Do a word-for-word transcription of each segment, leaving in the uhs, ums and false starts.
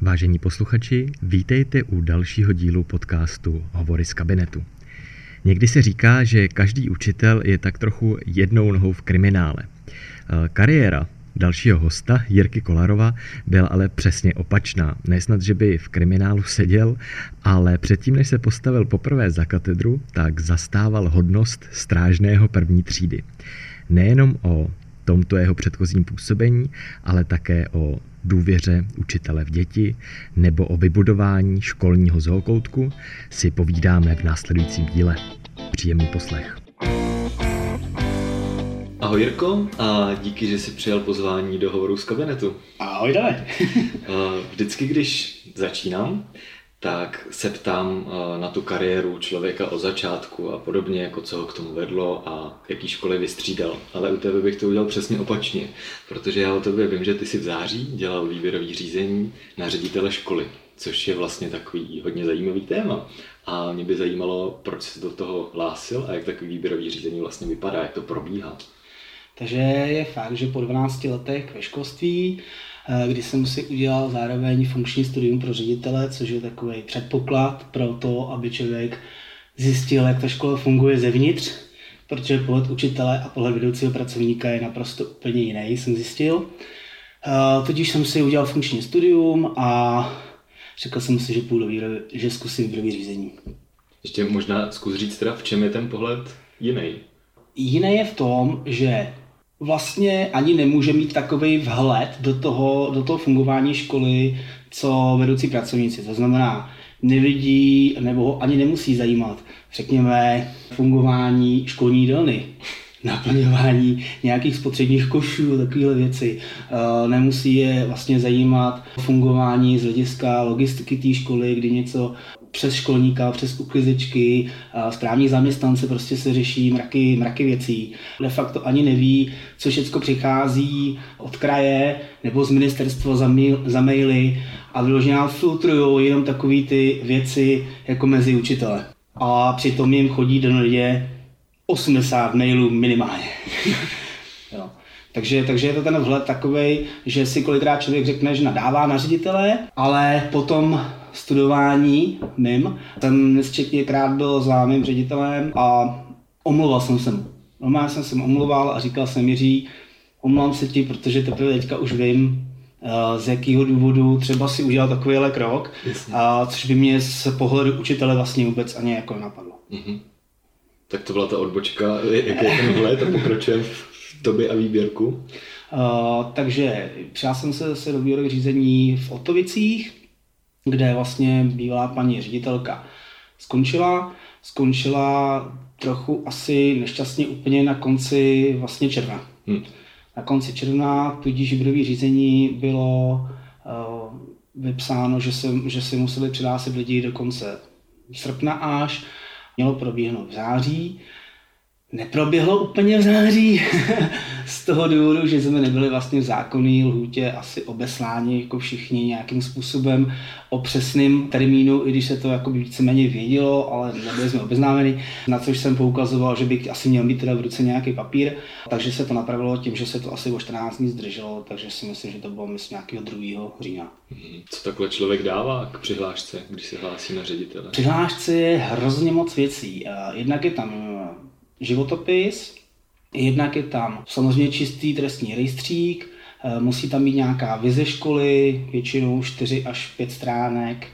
Vážení posluchači, vítejte u dalšího dílu podcastu Hovory z kabinetu. Někdy se říká, že každý učitel je tak trochu jednou nohou v kriminále. Kariéra dalšího hosta, Jirky Kolarova, byla ale přesně opačná. Nesnad, že by v kriminálu seděl, ale předtím, než se postavil poprvé za katedru, tak zastával hodnost strážného první třídy. Nejenom o tomto jeho předchozím působení, ale také o důvěře učitele v děti nebo o vybudování školního zookoutku si povídáme v následujícím díle. Příjemný poslech. Ahoj Jirko a díky, že jsi přijal pozvání do Hovorů z kabinetu. Ahoj David. Vždycky, když začínám, tak se ptám na tu kariéru člověka od začátku a podobně, jako co ho k tomu vedlo a jaký školy vystřídal. Ale u tebe bych to udělal přesně opačně, protože já o tobě vím, že ty jsi v září dělal výběrový řízení na ředitele školy, což je vlastně takový hodně zajímavý téma. A mě by zajímalo, proč jsi do toho hlásil a jak takový výběrový řízení vlastně vypadá, jak to probíhá. Takže je fakt, že po dvanácti letech ve školství, kdy jsem si udělal zároveň funkční studium pro ředitele, což je takový předpoklad pro to, aby člověk zjistil, jak ta škola funguje zevnitř, protože pohled učitele a pohled vedoucího pracovníka je naprosto úplně jiný, jsem zjistil. Tudíž jsem si udělal funkční studium a řekl jsem si, že půjdu, že zkusím výběrový řízení. Ještě možná zkus říct teda, v čem je ten pohled jiný? Jiný je v tom, že vlastně ani nemůže mít takový vhled do toho, do toho fungování školy, co vedoucí pracovníci. To znamená, nevidí nebo ho ani nemusí zajímat, řekněme, fungování školní jídelny, naplňování nějakých spotřebních košů, takovéhle věci. Nemusí je vlastně zajímat fungování z hlediska logistiky té školy, kdy něco přes školníka, přes uklizečky, správní zaměstnance prostě se řeší mraky, mraky věcí. De facto ani neví, co všechno přichází od kraje nebo z ministerstva za, mail, za maily a vyloženě filtrujou jenom takové ty věci jako mezi učitele. A přitom jim chodí denně osmdesát mailů minimálně. Jo. Takže, takže je to ten vhled takovej, že si kolikrát člověk řekne, že nadává na ředitele, ale potom studování mým jsem nesčetněkrát byl za mým ředitelem a omluval jsem se mu. Normálně jsem se mu omluval a říkal jsem, Jiří, omlouvám se ti, protože teprve teďka už vím, z jakého důvodu třeba si udělal takovýhle krok, a což by mě z pohledu učitele vlastně vůbec ani jako napadlo. Mm-hmm. Tak to byla ta odbočka, jaký je ten vhled a pokračujeme v tobě a výběrku? Uh, takže přijal jsem se zase do výběrových řízení v Otovicích, kde vlastně bývalá paní ředitelka skončila. Skončila trochu asi nešťastně úplně na konci vlastně června. Hmm. Na konci června, tudíž výběrové řízení bylo uh, vypsáno, že se, že si museli přihlásit lidi do konce srpna až. Mělo proběhnout v září. Neproběhlo úplně v září z toho důvodu, že jsme nebyli vlastně v zákonné lhůtě asi obesláni jako všichni nějakým způsobem o přesném termínu, i když se to jako víceméně vědělo, ale nebyli jsme obeznámeni, na což jsem poukazoval, že by asi měl mít teda v ruce nějaký papír, takže se to napravilo tím, že se to asi o čtrnáct dní zdrželo, takže si myslím, že to bylo myslím nějakého druhého října. Co takhle člověk dává k přihlášce, když se hlásí na ředitele? Přihlášce je hrozně moc věcí. Jednak je tam životopis, jednak je tam samozřejmě čistý trestní rejstřík, musí tam být nějaká vize školy, většinou čtyři až pět stránek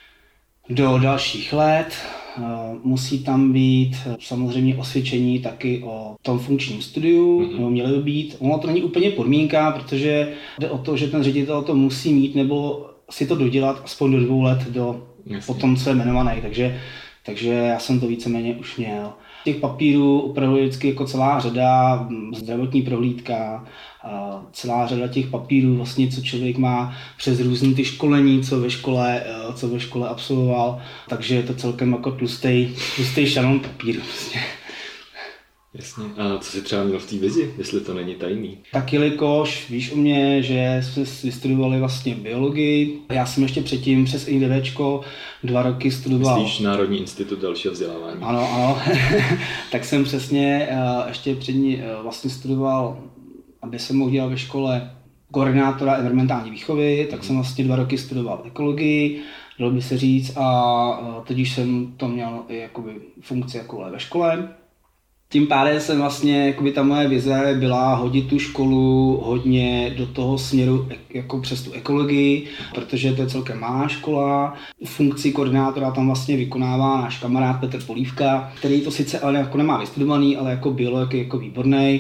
do dalších let, musí tam být samozřejmě osvědčení taky o tom funkčním studiu, mm-hmm. nebo měly by být. Ono to není úplně podmínka, protože jde o to, že ten ředitel to musí mít nebo si to dodělat aspoň do dvou let do potom, co je jmenovaný, takže, takže já jsem to víceméně už měl. Těch papírů opravdu vždycky jako celá řada, zdravotní prohlídka, celá řada těch papírů, vlastně, co člověk má přes různý ty školení, co ve škole, co ve škole absolvoval, takže je to celkem jako tlustý, tlustý šanon papíru. Vlastně. Jasně. A co jsi třeba měl v té vizi, jestli to není tajný? Tak jelikož víš o mě, že jsme vystudovali vlastně biologii, já jsem ještě předtím přes INDVčko dva roky studoval. Myslíš Národní institut dalšího vzdělávání? Ano, ano. Tak jsem přesně ještě před ní vlastně studoval, aby jsem mohl dělat ve škole koordinátora environmentální výchovy, tak jsem vlastně dva roky studoval ekologii, dalo by se říct, a teď už jsem to měl i jakoby funkci jako ve škole. Tím pádem jsem vlastně, jakoby ta moje vize byla hodit tu školu hodně do toho směru jako přes tu ekologii, protože to je celkem malá škola. Funkci koordinátora tam vlastně vykonává náš kamarád Petr Polívka, který to sice ale jako nemá vystudovaný, ale jako biolog je jako výborný.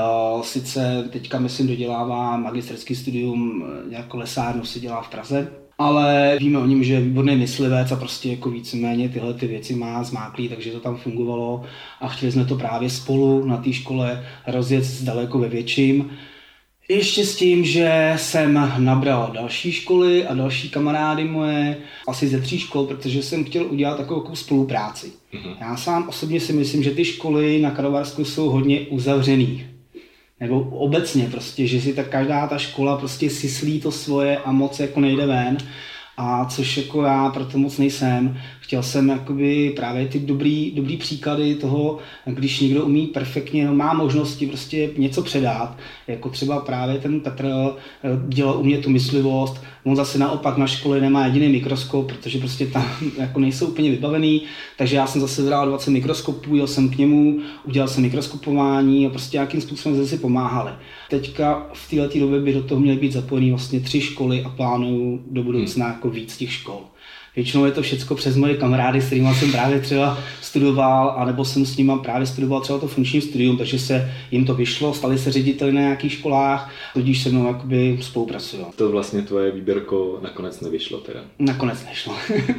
Sice teďka myslím dodělává magisterský studium, jako lesárnu si dělá v Praze. Ale víme o něm, že je výborný myslivec a prostě jako víceméně tyhle ty věci má zmáklý, takže to tam fungovalo a chtěli jsme to právě spolu na té škole rozjet daleko ve větším. Ještě s tím, že jsem nabral další školy a další kamarády moje, asi ze tří škol, protože jsem chtěl udělat takovou spolupráci. Mm-hmm. Já sám osobně si myslím, že ty školy na Karlovarsku jsou hodně uzavřený. Nebo obecně prostě, že si tak každá ta škola prostě syslí to svoje a moc jako nejde ven. A což jako já proto moc nejsem. Chtěl jsem jakoby právě ty dobrý, dobrý příklady toho, když někdo umí perfektně, no, má možnosti prostě něco předat, jako třeba právě ten Petr dělal u mě tu myslivost, on zase naopak na škole nemá jediný mikroskop, protože prostě tam jako nejsou úplně vybavený, takže já jsem zase vybral dvacet mikroskopů, jel jsem k němu, udělal jsem mikroskopování a prostě nějakým způsobem zase si pomáhali. Teďka v této době by do toho měly být zapojený vlastně tři školy a plánuju do budoucna jako víc těch škol. Většinou je to všecko přes moje kamarády, s kterými jsem právě třeba studoval, anebo jsem s nimi právě studoval třeba to funkční studium, takže se jim to vyšlo, stali se řediteli na nějakých školách, tudíž se mnou jakoby spolupracují. To vlastně tvoje výběrko nakonec nevyšlo teda? Nakonec nešlo.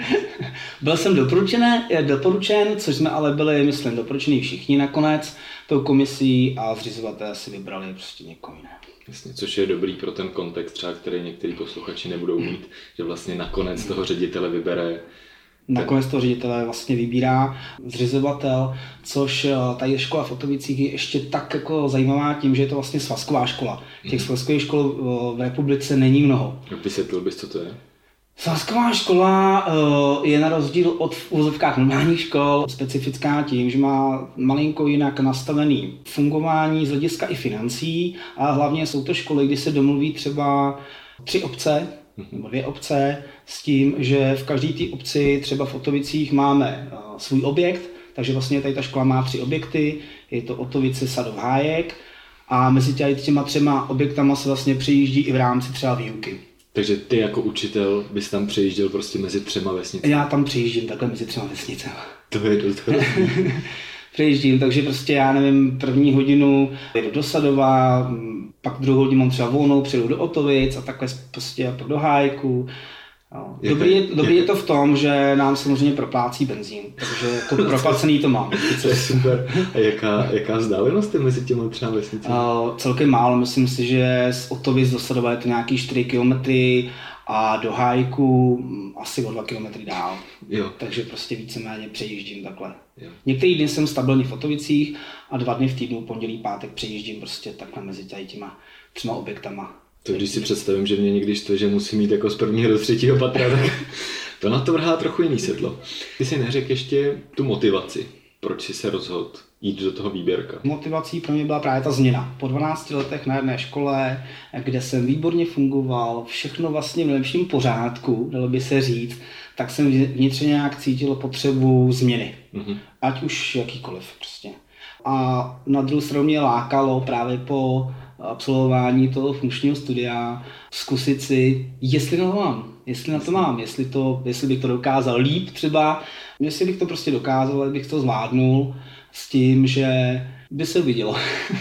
Byl jsem doporučený, doporučen, což jsme ale byli, myslím, doporučení všichni nakonec tou komisí a zřizovatelé si vybrali prostě někoho jiného. Jasně, což je dobrý pro ten kontext, třeba který některý posluchači nebudou mít, že vlastně nakonec toho ředitele vybere. Nakonec toho ředitele vlastně vybírá zřizovatel, což tady škola v Otovicích je ještě tak jako zajímavá tím, že je to vlastně svazková škola. Těch svazkových škol v republice není mnoho. Vysvětlil bys, co to je? Svazková škola je na rozdíl od v úzovkách normálních škol specifická tím, že má malinko jinak nastavený fungování z hlediska i financí a hlavně jsou to školy, kdy se domluví třeba tři obce nebo dvě obce s tím, že v každé té obci třeba v Otovicích máme svůj objekt, takže vlastně tady ta škola má tři objekty, je to Otovice, Sadov, Hájek a mezi těma třema objektama se vlastně přijíždí i v rámci třeba výuky. Takže ty jako učitel bys tam přejížděl prostě mezi třema vesnicemi? Já tam přejíždím takhle mezi třema vesnicemi. To je docela. Přejíždím, takže prostě já nevím, první hodinu jedu do Sadova, pak druhou hodinu mám třeba volnou, přijedu do Otovic a takhle prostě do Hájku. No. Dobrý, je, dobrý je to v tom, že nám samozřejmě proplácí benzín, takže jako proplacený to mám. To je super. A jaká, jaká vzdálenost je mezi těmi třeba vesnicemi? Uh, celkem málo, myslím si, že z Otovic do Sadova je to nějaký čtyři kilometry a do Hájku asi o dva kilometry dál. Jo. Takže prostě víceméně přejíždím takhle. Jo. Některý dny jsem stabilní v Otovicích a dva dny v týdnu, pondělí, pátek přejíždím prostě takhle mezi tady těma třema objektama. To když si představím, že mě někdy štve, že musím jít jako z prvního do třetího patra, tak to na to vrhá trochu jiný sedlo. Ty si neřekl ještě tu motivaci, proč jsi se rozhodl jít do toho výběrka? Motivací pro mě byla právě ta změna. Po dvanácti letech na jedné škole, kde jsem výborně fungoval, všechno vlastně v lepším pořádku, dalo by se říct, tak jsem vnitřně nějak cítil potřebu změny. Mm-hmm. Ať už jakýkoliv prostě. A na druhou stranu mě lákalo právě po absolvování toho funkčního studia zkusit si, jestli na to mám, jestli na to mám, jestli, to, jestli bych to dokázal líp třeba, jestli bych to prostě dokázal, bych to zvládnul s tím, že by se vidělo.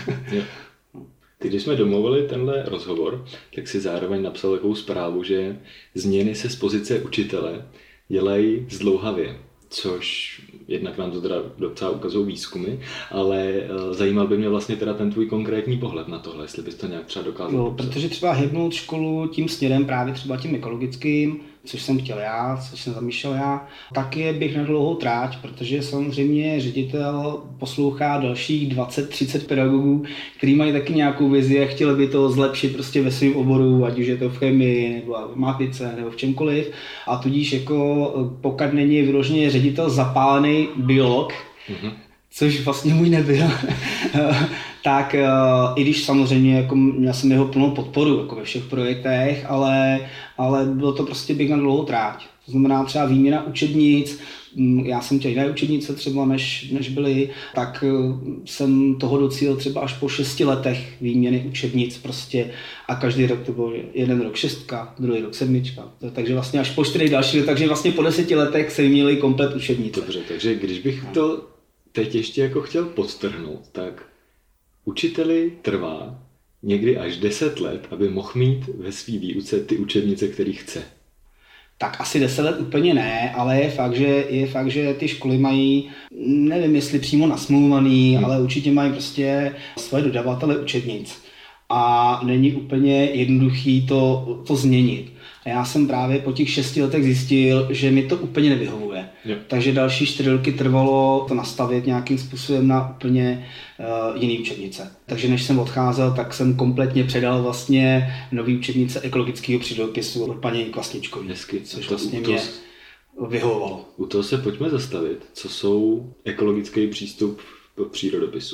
Ty, když jsme domluvili tenhle rozhovor, tak si zároveň napsal takovou zprávu, že změny se z pozice učitele dělají zdlouhavě, což jednak nám to teda docela ukazují výzkumy, ale zajímal by mě vlastně teda ten tvůj konkrétní pohled na tohle, jestli bys to nějak třeba dokázal no, protože třeba hybnout školu tím směrem právě třeba tím ekologickým, což jsem chtěl já, což jsem zamýšlel já, tak je běh na dlouhou tráť, protože samozřejmě ředitel poslouchá dalších dvacet třicet pedagogů, kteří mají taky nějakou vizi a chtěli by to zlepšit prostě ve svém oboru, ať už je to v chemii, nebo v matice, nebo v čemkoliv. A tudíž jako pokud není vyloženě ředitel zapálený biolog, mm-hmm. což vlastně můj nebyl, tak i když samozřejmě jako měl jsem jeho plnou podporu jako ve všech projektech, ale, ale bylo to prostě běh na dlouhou tráť. To znamená třeba výměna učebnic, já jsem chtěl jiné učebnice třeba, než, než byly, tak jsem toho docílil třeba až po šesti letech výměny učebnic prostě a každý rok to byl jeden rok šestka, druhý rok sedmička, takže vlastně až po čtyřech dalších, takže vlastně po deseti letech se vyměnili komplet učebnice. Dobře, takže když bych to teď ještě jako chtěl podtrhnout, tak učiteli trvá někdy až deset let, aby mohl mít ve své výuce ty učebnice, který chce. Tak asi deset let úplně ne, ale je fakt, že, je fakt, že ty školy mají, nevím jestli přímo nasmluvaný, hmm. ale určitě mají prostě svoje dodavatele učebnic. A není úplně jednoduchý to, to změnit. A já jsem právě po těch šesti letech zjistil, že mi to úplně nevyhovuje. Jo. Takže další čtyři roky trvalo to nastavit nějakým způsobem na úplně uh, jiný učebnice. Takže než jsem odcházel, tak jsem kompletně předal vlastně nový učebnice ekologického přírodopisu od paní Kvasničkové. Hezky, což to, vlastně to, mě vyhovovalo. U toho se pojďme zastavit, co jsou ekologický přístup v přírodopisu.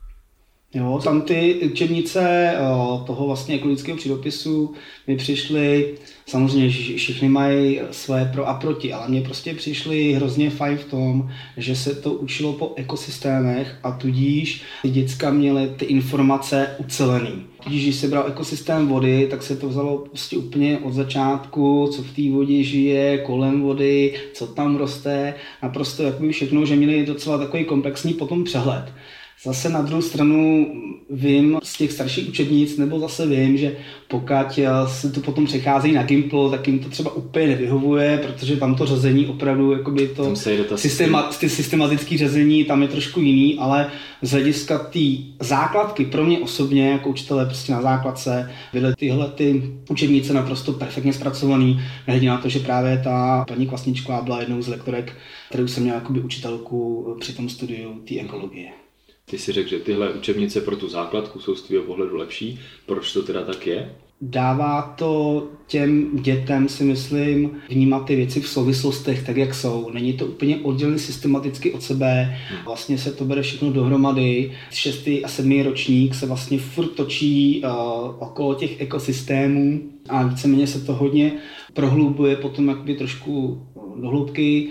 Jo, tam ty učebnice toho vlastně ekologického přírodopisu mi přišly, samozřejmě všichni mají své pro a proti, ale mně prostě přišly hrozně fajn v tom, že se to učilo po ekosystémech a tudíž ty děcka měly ty informace ucelený. Tudíž, když se bral ekosystém vody, tak se to vzalo prostě úplně od začátku, co v té vodě žije, kolem vody, co tam roste, naprosto jakoby všechno, že měli docela takový komplexní potom přehled. Zase na druhou stranu vím z těch starších učebnic, nebo zase vím, že pokud se to potom přechází na Gimpl, tak jim to třeba úplně nevyhovuje, protože tam to řazení opravdu, jakoby to systema, ty systematické řazení tam je trošku jiný, ale z hlediska té základky pro mě osobně jako učitele prostě na základce byly tyhle ty učebnice naprosto perfektně zpracovaný, nehledě na to, že právě ta paní Kvasničková byla jednou z lektorek, kterou jsem měl jakoby učitelku při tom studiu té ekologie. Ty si řekl, že tyhle učebnice pro tu základku jsou z tvého pohledu lepší. Proč to teda tak je? Dává to těm dětem, si myslím, vnímat ty věci v souvislostech tak, jak jsou. Není to úplně oddělené systematicky od sebe. Vlastně se to bere všechno dohromady. Šestý a sedmý ročník se vlastně furt točí uh, okolo těch ekosystémů a víceméně se to hodně prohlubuje potom jakoby trošku do hloubky.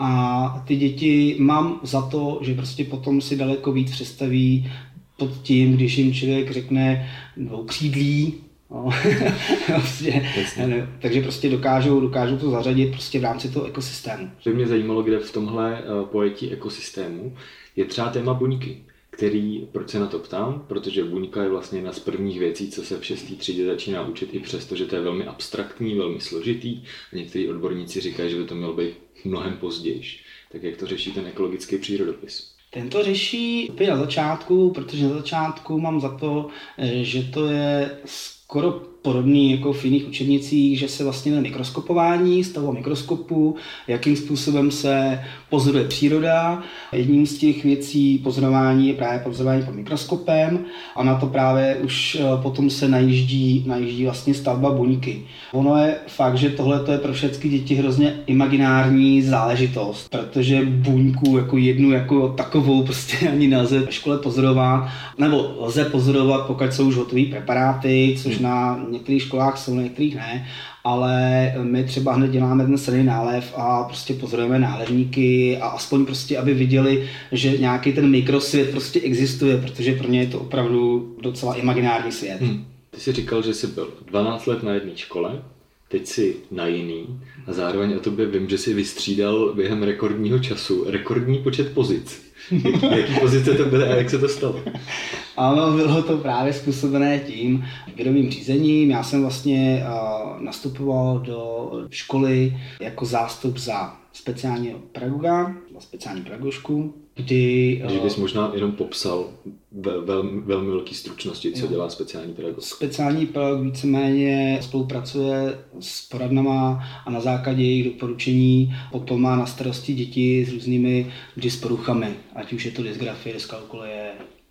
A ty děti mám za to, že prostě potom si daleko víc představí pod tím, když jim člověk řekne dvoukřídlí, no, prostě, ne, takže prostě dokážou, dokážou to zařadit prostě v rámci toho ekosystému. To mě zajímalo, kde v tomhle pojetí ekosystému je třeba téma buňky, který, proč se na to ptám, protože buňka je vlastně jedna z prvních věcí, co se v šestý třídě začíná učit, i přesto, že to je velmi abstraktní, velmi složitý a někteří odborníci říkají, že by to mělo být mnohem později. Tak jak to řeší ten ekologický přírodopis? Ten to řeší úplně na začátku, protože na začátku mám za to, že to je skoro podobný jako v jiných učebnicích, že se vlastně na mikroskopování, stavu mikroskopu, jakým způsobem se pozoruje příroda. Jedním z těch věcí pozorování je právě pozorování pod mikroskopem a na to právě už potom se najíždí, najíždí vlastně stavba buňky. Ono je fakt, že tohle je pro všechny děti hrozně imaginární záležitost, protože buňku jako jednu jako takovou prostě ani nelze ve škole pozorovat, nebo lze pozorovat, pokud jsou už hotové preparáty, což na některých školách jsou, na některých ne, ale my třeba hned děláme ten silný nálev a prostě pozorujeme náležníky a aspoň prostě, aby viděli, že nějaký ten mikrosvět prostě existuje, protože pro ně je to opravdu docela imaginární svět. Hmm. Ty jsi říkal, že jsi byl dvanáct let na jedné škole, teď jsi na jiný a zároveň o tobě vím, že jsi vystřídal během rekordního času rekordní počet pozic. Jaký pozice to byly a jak se to stalo? Ano, bylo to právě způsobené tím výrobním řízením. Já jsem vlastně uh, nastupoval do školy jako zástup za speciálního pedagoga, za speciální pedagožku, kdy... Uh, že bys možná jenom popsal ve velmi, velmi velké stručnosti, co jo. dělá speciální pedagog. Speciální pedagog víceméně spolupracuje s poradnama a na základě jejich doporučení potom má na starosti děti s různými dysporuchami, ať už je to dysgrafie, dyskalkulie,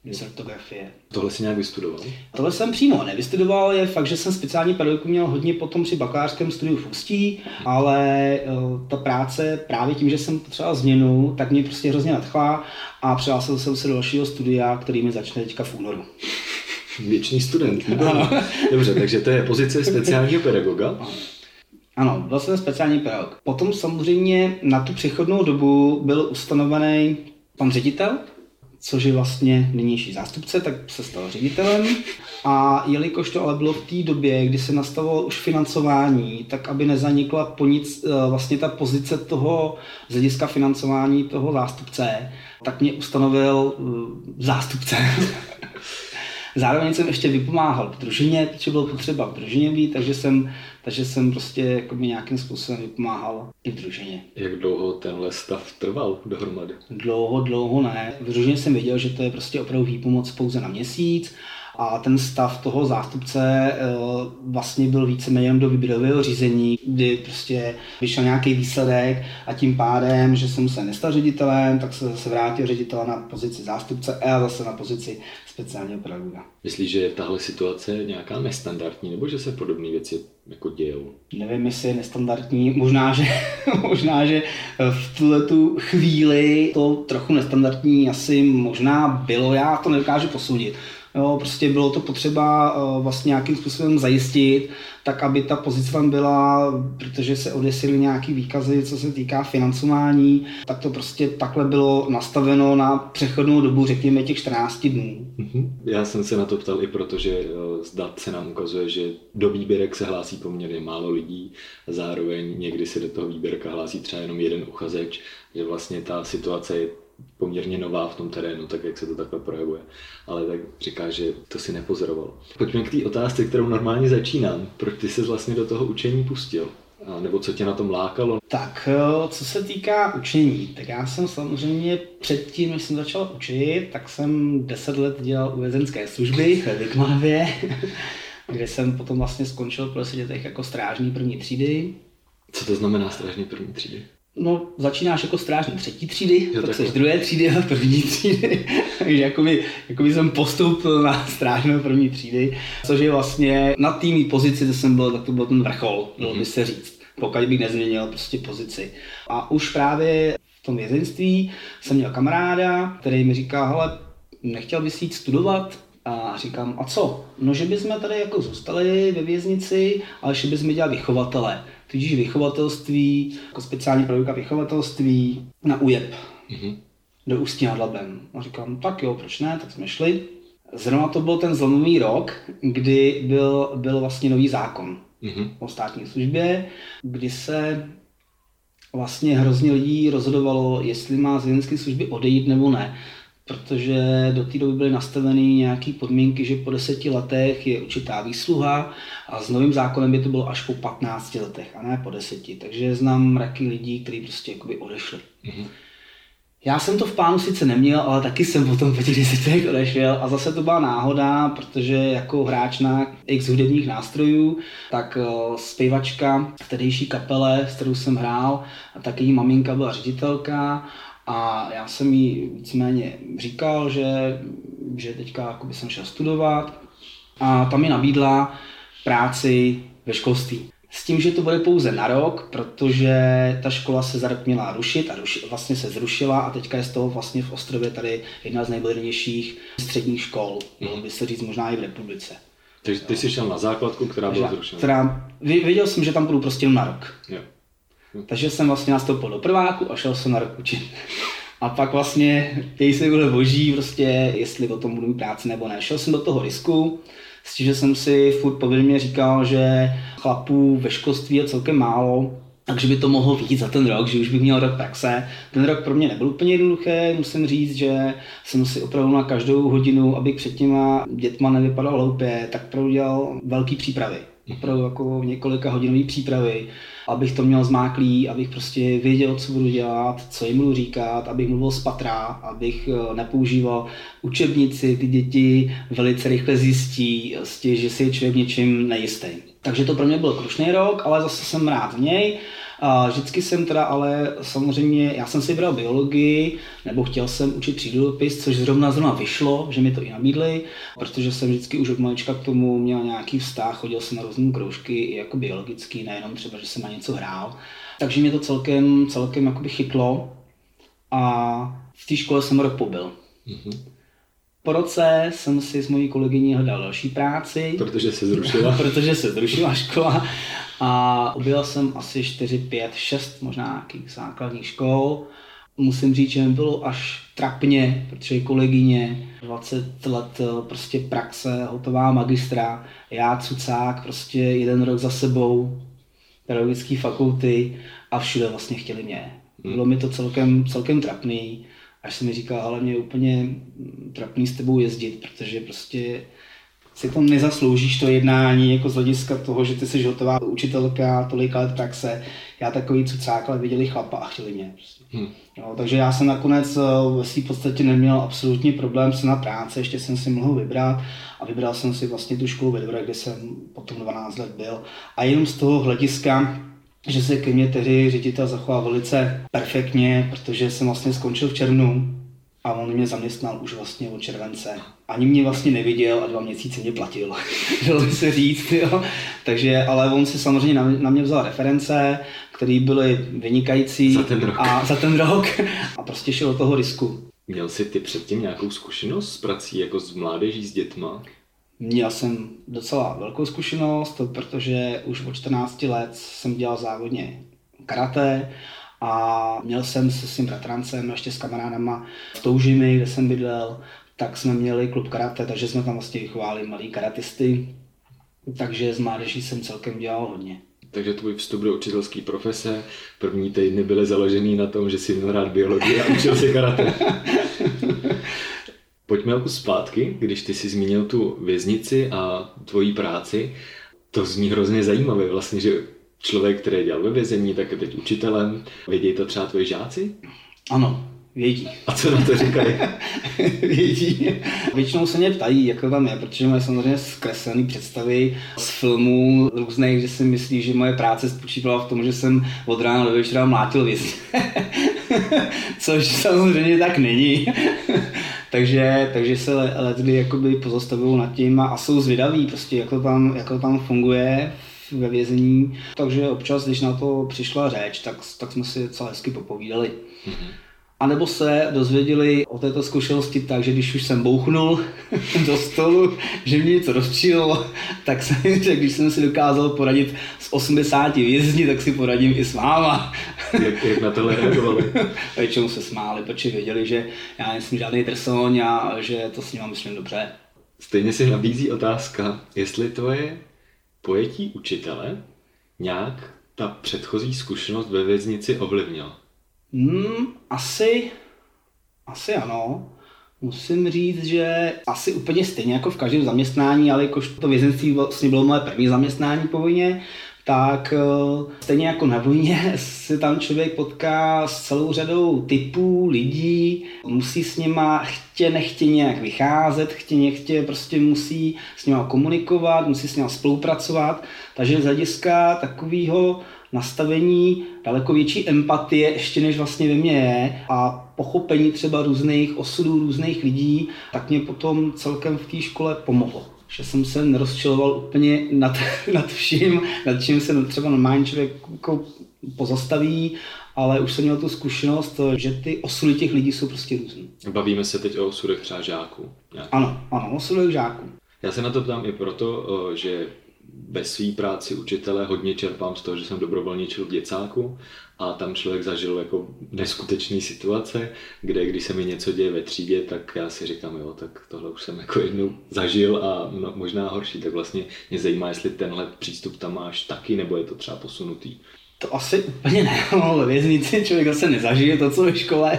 dyslektrografie. Tohle si nějak vystudoval? Tohle jsem přímo nevystudoval, je fakt, že jsem speciální pedagogiku měl hodně potom při bakalářském studiu v Ústí, ale uh, ta práce právě tím, že jsem potřeboval změnu, tak mě prostě hrozně nadchla a přihlásil jsem se do dalšího studia, který mi začne teďka v únoru. Věčný student. Dobře, takže to je pozice speciálního pedagoga. Ano, byl jsem speciální pedagog. Potom samozřejmě na tu přechodnou dobu byl ustanovený pan ředitel, což je vlastně nynější zástupce, tak se stal ředitelem. A jelikož to ale bylo v té době, kdy se nastavilo už financování, tak aby nezanikla po nic vlastně ta pozice toho z hlediska financování toho zástupce, tak mě ustanovil zástupce. Zároveň jsem ještě vypomáhal v družině, protože bylo potřeba v družině být, takže jsem, takže jsem prostě jakoby nějakým způsobem vypomáhal i v družině. Jak dlouho tenhle stav trval dohromady? Dlouho, dlouho ne. V družině jsem věděl, že to je prostě opravdu výpomoc pouze na měsíc a ten stav toho zástupce vlastně byl víceméně do výběrového řízení, kdy prostě vyšel nějaký výsledek a tím pádem, že jsem se nestal ředitelem, tak se zase vrátil ředitel na pozici zástupce a já zase na pozici speciálního pedagoga. Myslíš, že je tahle situace nějaká nestandardní, nebo že se podobné věci jako dějou? Nevím, jestli je nestandardní, možná, že, možná, že v tuhletu chvíli to trochu nestandardní asi možná bylo, já to nedokážu posoudit. Jo, prostě bylo to potřeba uh, vlastně nějakým způsobem zajistit, tak aby ta pozice tam byla, protože se odesily nějaký výkazy, co se týká financování, tak to prostě takhle bylo nastaveno na přechodnou dobu, řekněme těch čtrnáct dnů. Já jsem se na to ptal i proto, že z dat se nám ukazuje, že do výběrek se hlásí poměrně málo lidí, zároveň někdy se do toho výběrka hlásí třeba jenom jeden uchazeč, že vlastně ta situace je poměrně nová v tom terénu, tak jak se to takhle projevuje. Ale tak říká, že to si nepozoroval. Pojďme k té otázce, kterou normálně začínám. Proč ty se vlastně do toho učení pustil? A nebo co tě na tom lákalo? Tak, co se týká učení, tak já jsem samozřejmě předtím, než jsem začal učit, tak jsem deset let dělal u vězeňské služby ve Vykmanově, kde jsem potom vlastně skončil po deseti letech jako strážný první třídy. Co to znamená strážný první třídy? No, začínáš jako strážný třetí třídy, jo, pak jsi druhé třídy a první třídy. Takže jakoby, jakoby jsem postoupil na strážnou první třídy, což je vlastně na týmí pozici, kde jsem byl, tak to byl ten vrchol, dalo by se říct, pokud bych nezměnil prostě pozici. A už právě v tom vězeňství jsem měl kamaráda, který mi říká, hele, nechtěl bys jít studovat? A říkám, a co? No, že bychom tady jako zůstali ve věznici, ale že bychom dělali vychovatele. Tudíž vychovatelství, jako speciální pedagogika vychovatelství na U J E P, mm-hmm. do Ústí nad Labem. A říkám, tak jo, proč ne, tak jsme šli. Zrovna to byl ten zlomový rok, kdy byl, byl vlastně nový zákon mm-hmm. o státní službě, kdy se vlastně hrozně lidí rozhodovalo, jestli má z vězeňské služby odejít nebo ne. Protože do té doby byly nastaveny nějaké podmínky, že po deseti letech je určitá výsluha a s novým zákonem by to bylo až po patnácti letech a ne po deseti. Takže znám mraky lidí, kteří prostě jakoby odešli. Mm-hmm. Já jsem to v plánu sice neměl, ale taky jsem potom po těch deseti letech odešel a zase to byla náhoda, protože jako hráč na x hudebních nástrojů, tak zpěvačka v tehdejší kapele, s kterou jsem hrál, a taky její maminka byla ředitelka. A já jsem jí víceméně říkal, že, že teďka jsem šel studovat a tam mi nabídla práci ve školství. S tím, že to bude pouze na rok, protože ta škola se za rok měla rušit a ruši, vlastně se zrušila a teďka je z toho vlastně v Ostrově tady jedna z nejmodernějších středních škol, mm. by se říct možná i v republice. Takže ty jsi šel na základku, která byla zrušena? Která, věděl jsem, že tam budu prostě na rok. Jo. Takže jsem vlastně nastoupil do prváku a šel jsem na rok učit. A pak vlastně, jej se bylo boží, prostě, jestli o tom budu mít práci nebo ne. Šel jsem do toho risku, s tím, že jsem si furt povědomě říkal, že chlapů ve školství je celkem málo, takže by to mohlo vyjít za ten rok, že už bych měl rok praxe. Ten rok pro mě nebyl úplně jednoduchý, musím říct, že jsem si opravdu na každou hodinu, abych před těma dětma nevypadal hloupě, tak opravdu dělal velký přípravy. Opravdu jako několika hodinový přípravy, abych to měl zmáklý, abych prostě věděl, co budu dělat, co jim budu říkat, abych mluvil z patra, abych nepoužíval učebnici, ty děti velice rychle zjistí, že si je člověk něčím nejistý. Takže to pro mě byl krušný rok, ale zase jsem rád v něj A vždycky jsem teda, ale samozřejmě, já jsem si vybral biologii, nebo chtěl jsem učit přírodopis, což zrovna zrovna vyšlo, že mi to i nabídli, protože jsem vždycky už od malička k tomu měl nějaký vztah, chodil jsem na různé kroužky, i jako biologický, nejenom třeba, že jsem na něco hrál. Takže mě to celkem, celkem jakoby chytlo a v té škole jsem rok pobyl. Mm-hmm. Po roce jsem si s mojí kolegyní hledal další práci. Protože se zrušila. protože se zrušila škola a objel jsem asi čtyři, pět, šest možná nějakých základních škol. Musím říct, že mi bylo až trapně, protože kolegyně dvacet let prostě praxe, hotová magistra, já cucák, prostě jeden rok za sebou, pedagogické fakulty a všude vlastně chtěli mě. Bylo mi to celkem, celkem trapný. Až jsem mi říkal, ale mě je úplně trapný s tebou jezdit, protože prostě si to nezasloužíš to jednání jako z hlediska toho, že ty jsi hotová učitelka, tolika let praxe, já takový cucák, ale viděli chlapa a chtěli mě. Prostě. Hmm. No, takže já jsem nakonec ve svým podstatě neměl absolutní problém se na práci, ještě jsem si mohl vybrat a vybral jsem si vlastně tu školu ve Dvore, kde jsem potom dvanáct let byl. A jenom z toho hlediska, že se ke mně tehdy ředitel zachoval velice perfektně, protože jsem vlastně skončil v červnu a on mě zaměstnal už vlastně od července. Ani mě vlastně neviděl a dva měsíce mě platil, dalo by se říct, jo. Takže, ale on si samozřejmě na, na mě vzal reference, které byly vynikající za ten rok. A, za ten rok a prostě šel do toho risku. Měl jsi ty předtím nějakou zkušenost s prací jako s mládeží, s dětma? Měl jsem docela velkou zkušenost, protože už od čtrnácti let jsem dělal závodně karate a měl jsem se svým bratrancem, ještě s kamarádama v Toužimi, kde jsem bydlel, tak jsme měli klub karate, takže jsme tam vlastně vychovali malí karatisty, takže s mládeží jsem celkem dělal hodně. Takže tvůj vstup do učitelské profese, první týdny byly založený na tom, že jsi měl rád biologii a učil si karate. Pojďme o kus zpátky, když ty jsi zmínil tu věznici a tvoji práci. To zní hrozně zajímavé vlastně, že člověk, který dělal ve vězení, tak je teď učitelem. Vědí to třeba tvoji žáci? Ano, vědí. A co na to říkají? Vědí. Většinou se mě ptají, jak to tam je, protože mají samozřejmě zkreslené představy z filmů různých, že si myslí, že moje práce spočívala v tom, že jsem od rána do večera mlátil vězně. Což samozřejmě tak není. takže, takže se lidi jakoby pozastavují nad tím a, a jsou zvědaví, prostě, jak, to tam, jak to tam funguje ve vězení. Takže občas, když na to přišla řeč, tak, tak jsme si docela hezky popovídali. Mm-hmm. A nebo se dozvěděli o této zkušenosti tak, že když už jsem bouchnul do stolu, že mě něco rozčililo, tak jsem řekl, když jsem si dokázal poradit s osmdesáti vězni, tak si poradím i s váma. Jak, jak na tohle reagovali? Většinou se smáli, protože věděli, že já nejsem žádný trsoň a že to s nima myslím dobře. Stejně se nabízí otázka, jestli tvoje pojetí učitele nějak ta předchozí zkušenost ve věznici ovlivnila. Hmm, asi, asi ano. Musím říct, že asi úplně stejně jako v každém zaměstnání, ale jakož to vězenství vlastně bylo moje první zaměstnání po vojně, tak stejně jako na vojně se tam člověk potká s celou řadou typů, lidí, musí s nima chtě nechtě nějak vycházet, chtě nechtě prostě musí s nima komunikovat, musí s nima spolupracovat, takže z hlediska takového nastavení daleko větší empatie ještě než vlastně ve mně je a pochopení třeba různých osudů, různých lidí, tak mě potom celkem v té škole pomohlo. Že jsem se nerozčiloval úplně nad, nad vším, nad čím se třeba normální člověk pozastaví, ale už jsem měl tu zkušenost, že ty osudy těch lidí jsou prostě různý. Bavíme se teď o osudech třeba žáků. Nějaký. Ano, ano, osudech žáků. Já se na to ptám i proto, že ve své práci učitele hodně čerpám z toho, že jsem dobrovolničil v děcáku a tam člověk zažil jako neskutečné situace, kde když se mi něco děje ve třídě, tak já si říkám, jo, tak tohle už jsem jako jednou zažil a no, možná horší, tak vlastně mě zajímá, jestli tenhle přístup tam máš taky, nebo je to třeba posunutý. To asi úplně ne, no, ve věznici člověk zase nezažije to, co ve škole,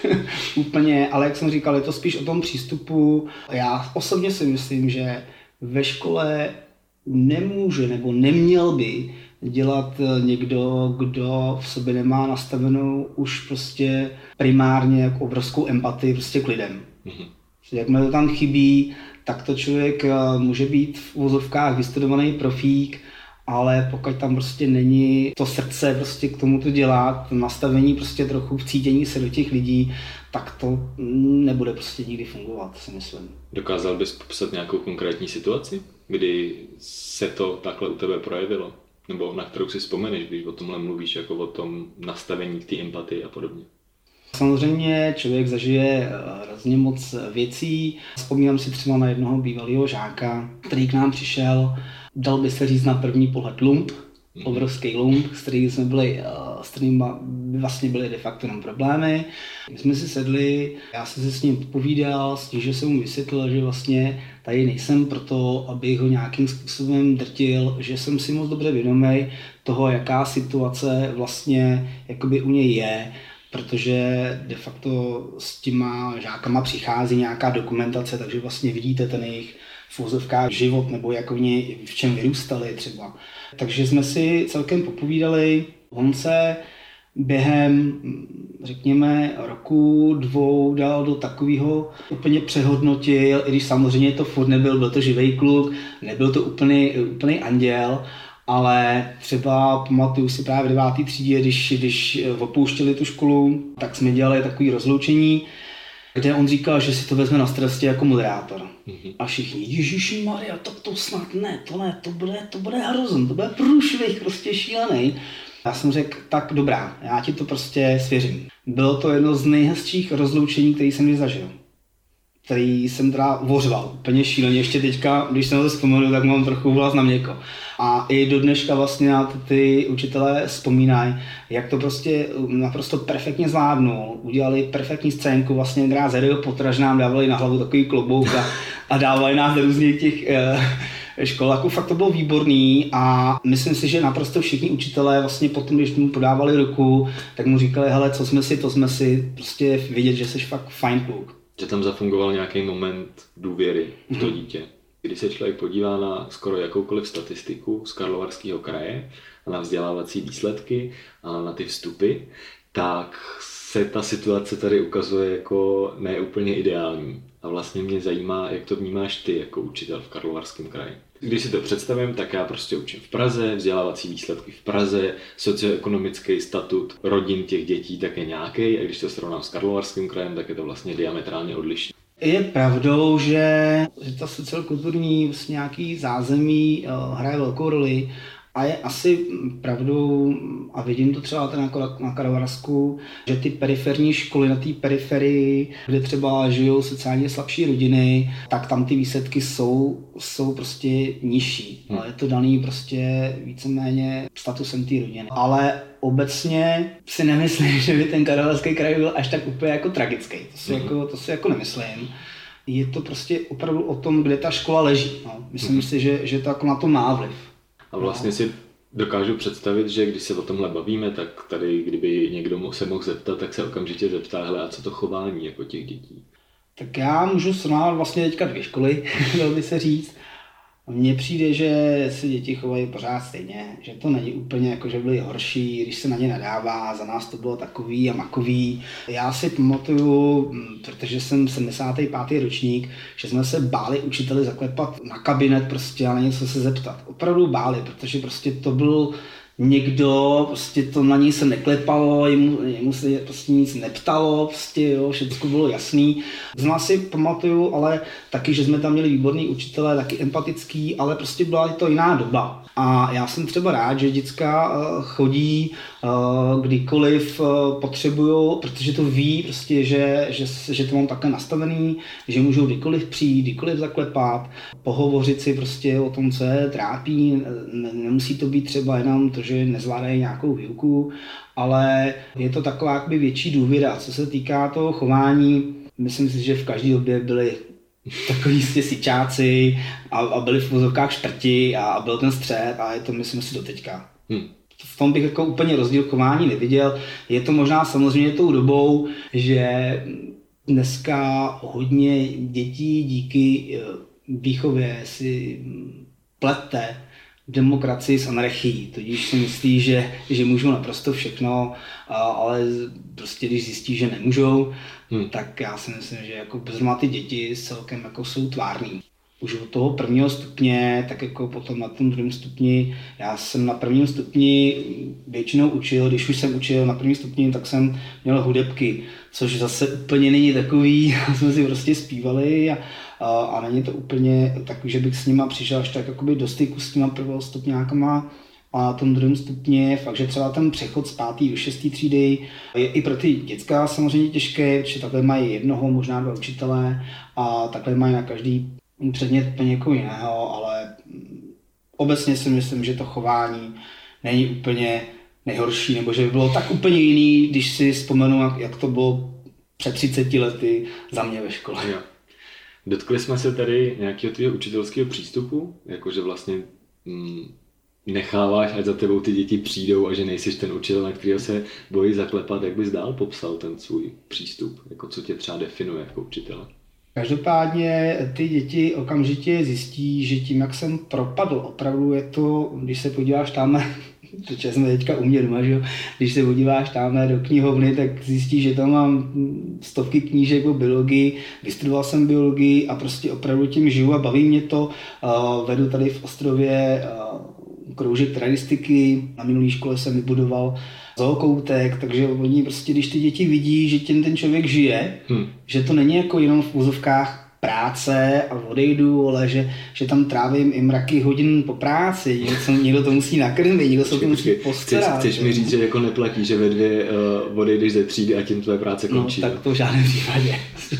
úplně, ale jak jsem říkal, je to spíš o tom přístupu. Já osobně si myslím, že ve škole nemůže nebo neměl by dělat někdo, kdo v sobě nemá nastavenou už prostě primárně jako obrovskou empatii prostě k lidem. Mm-hmm. Jakmile to tam chybí, tak to člověk může být v úvozovkách vystudovaný profík, ale pokud tam prostě není to srdce prostě k tomu to dělat, to nastavení prostě trochu vcítění se do těch lidí, tak to nebude prostě nikdy fungovat, si myslím. Dokázal bys popsat nějakou konkrétní situaci, kdy se to takhle u tebe projevilo? Nebo na kterou si vzpomeneš, když o tomhle mluvíš, jako o tom nastavení k té empatii a podobně? Samozřejmě člověk zažije hrozně moc věcí. Vzpomínám si třeba na jednoho bývalého žáka, který k nám přišel, dal by se říct na první pohled lump, obrovský lump, s kterým jsme byli, s kterým vlastně byly de facto jenom problémy. My jsme si sedli, já jsem si s ním povídal, s tím, že jsem mu vysvětlil, že vlastně tady nejsem proto, abych ho nějakým způsobem drtil, že jsem si moc dobře vědomý toho, jaká situace vlastně jakoby u něj je, protože de facto s těma žákama přichází nějaká dokumentace, takže vlastně vidíte ten jejich v uvozovkách život nebo jak oni v čem vyrůstali třeba. Takže jsme si celkem popovídali. On se během, řekněme, roku, dvou dal do takového úplně přehodnotil, i když samozřejmě to furt nebyl, byl to živej kluk, nebyl to úplný, úplný anděl, ale třeba pamatuju si právě v devátý třídě, když, když opouštěli tu školu, tak jsme dělali takové rozloučení, kde on říkal, že si to vezme na starosti jako moderátor. Mm-hmm. A všichni, ježišimaria, tak to snad ne, to ne, to bude, to bude hrozný, to bude průšvih, prostě šílený. Já jsem řekl, tak dobrá, já ti to prostě svěřím. Bylo to jedno z nejhezčích rozloučení, který jsem kdy zažil. Který jsem teda vořval úplně šíleně. Ještě teďka, když jsem to vzpomenu, tak mám trochu hlas na měko. A i do dneška vlastně na ty, ty učitelé vzpomínají, jak to prostě naprosto perfektně zvládnul. Udělali perfektní scénku, vlastně krát z Harryho Pottera, že nám dávali na hlavu takový klobouk a, a dávali nás do různých těch eh, škol. Jako fakt to bylo výborný a myslím si, že naprosto všichni učitelé vlastně potom, když mu podávali ruku, tak mu říkali, hele, co jsme si, to jsme si, prostě vidět, že jsi fakt fajn kluk. Že tam zafungoval nějaký moment důvěry v to dítě. Když se člověk podívá na skoro jakoukoliv statistiku z Karlovarského kraje, na vzdělávací výsledky a na ty vstupy, tak se ta situace tady ukazuje jako neúplně ideální. A vlastně mě zajímá, jak to vnímáš ty jako učitel v Karlovarském kraji. Když si to představím, tak já prostě učím v Praze, vzdělávací výsledky v Praze, socioekonomický statut rodin těch dětí tak je nějaký, a když to srovnám s Karlovarským krajem, tak je to vlastně diametrálně odlišné. Je pravdou, že, že ta sociokulturní vlastně nějaký zázemí uh, hraje velkou roli a je asi pravdou, a vidím to třeba na, na Karlovarsku, že ty periferní školy na té periferii, kde třeba žijou sociálně slabší rodiny, tak tam ty výsledky jsou, jsou prostě nižší. Hmm. Ale je to daný prostě víceméně statusem té rodiny. Ale obecně si nemyslím, že by ten Karlovarský kraj byl až tak úplně jako tragický. To si, hmm. jako, to si jako nemyslím. Je to prostě opravdu o tom, kde ta škola leží. No. Myslím hmm. si, že, že to jako na to má vliv. A vlastně si dokážu představit, že když se o tomhle bavíme, tak tady, kdyby někdo se mohl zeptat, tak se okamžitě zeptá, hele, a co to chování jako těch dětí? Tak já můžu srovnávat vlastně teďka dvě školy, dalo by se říct. Mně přijde, že se děti chovají pořád stejně, že to není úplně jako, že byly horší, když se na ně nadává, za nás to bylo takový a makový. Já si pamatuju, protože jsem sedmdesátý pátý ročník, že jsme se báli učiteli zaklepat na kabinet prostě a na něco se zeptat. Opravdu báli, protože prostě to byl někdo, prostě to na něj se neklepalo, jemu, jemu se prostě nic neptalo, prostě jo, všechno bylo jasný. Znamená si pamatuju, ale taky, že jsme tam měli výborný učitele, taky empatický, ale prostě byla to jiná doba. A já jsem třeba rád, že děcka chodí kdykoliv potřebujou, protože to ví, prostě, že, že, že to mám takhle nastavený, že můžou kdykoliv přijít, kdykoliv zaklepat, pohovořit si prostě o tom, co je trápí. Nemusí to být třeba jenom to, že nezvládají nějakou výuku, ale je to taková jakoby větší důvěra. Co se týká toho chování, myslím si, že v každé době byli takový jistě sičáci a, a byli v vozovkách šprti a, a byl ten střed a je to, myslím si, doteďka. Hmm. V tom bych jako úplně rozdíl chování neviděl. Je to možná samozřejmě tou dobou, že dneska hodně dětí díky výchově si plete demokracii s anarchií. Tudíž si myslí, že, že můžou naprosto všechno, ale prostě když zjistí, že nemůžou, hmm. tak já si myslím, že jako zrovna ty děti celkem jako jsou tvární. už od toho prvního stupně, tak jako potom na tom druhém stupni. Já jsem na prvním stupni většinou učil, když už jsem učil na prvním stupni, tak jsem měl hudebky, což zase úplně není takový, jsme si prostě zpívali a, a, a není to úplně takový, že bych s nima přišel až tak jakoby do styku s těma prvostupňákama. A na tom druhém stupni fakt, že třeba ten přechod z pátý do šestý třídy je i pro ty děcka samozřejmě těžké, protože takhle mají jednoho, možná dva učitele a takhle mají na každý předmět úplně někoho jiného, ale obecně si myslím, že to chování není úplně nejhorší, nebo že by bylo tak úplně jiný, když si vzpomenu, jak to bylo před třiceti lety za mě ve škole. Jo. Dotkli jsme se tady nějakého tvého učitelského přístupu, jakože vlastně mm, necháváš, ať za tebou ty děti přijdou a že nejsiš ten učitel, na kterého se bojí zaklepat. Jak bys dál popsal ten svůj přístup, jako co tě třeba definuje jako učitele? Každopádně ty děti okamžitě zjistí, že tím, jak jsem propadl, opravdu je to, když se podíváš tam, protože jsme teďka u mě doma, že? Když se podíváš tam do knihovny, tak zjistíš, že tam mám stovky knížek o biologii, vystudoval jsem biologii a prostě opravdu tím žiju a baví mě to. Vedu tady v Ostrově kroužek tradistiky, na minulý škole jsem vybudoval zookoutek, takže oni prostě, když ty děti vidí, že tím ten člověk žije, hmm. že to není jako jenom v úzovkách práce a odejdu, ale že, že tam trávím i mraky hodin po práci, něco, někdo to musí nakrmit, někdo se to musí postarat. Chceš, chceš mi říct, že jako neplatí, že ve dvě uh, odejdeš ze třídy a tím tvoje práce končí? No, tak to v žádném případě.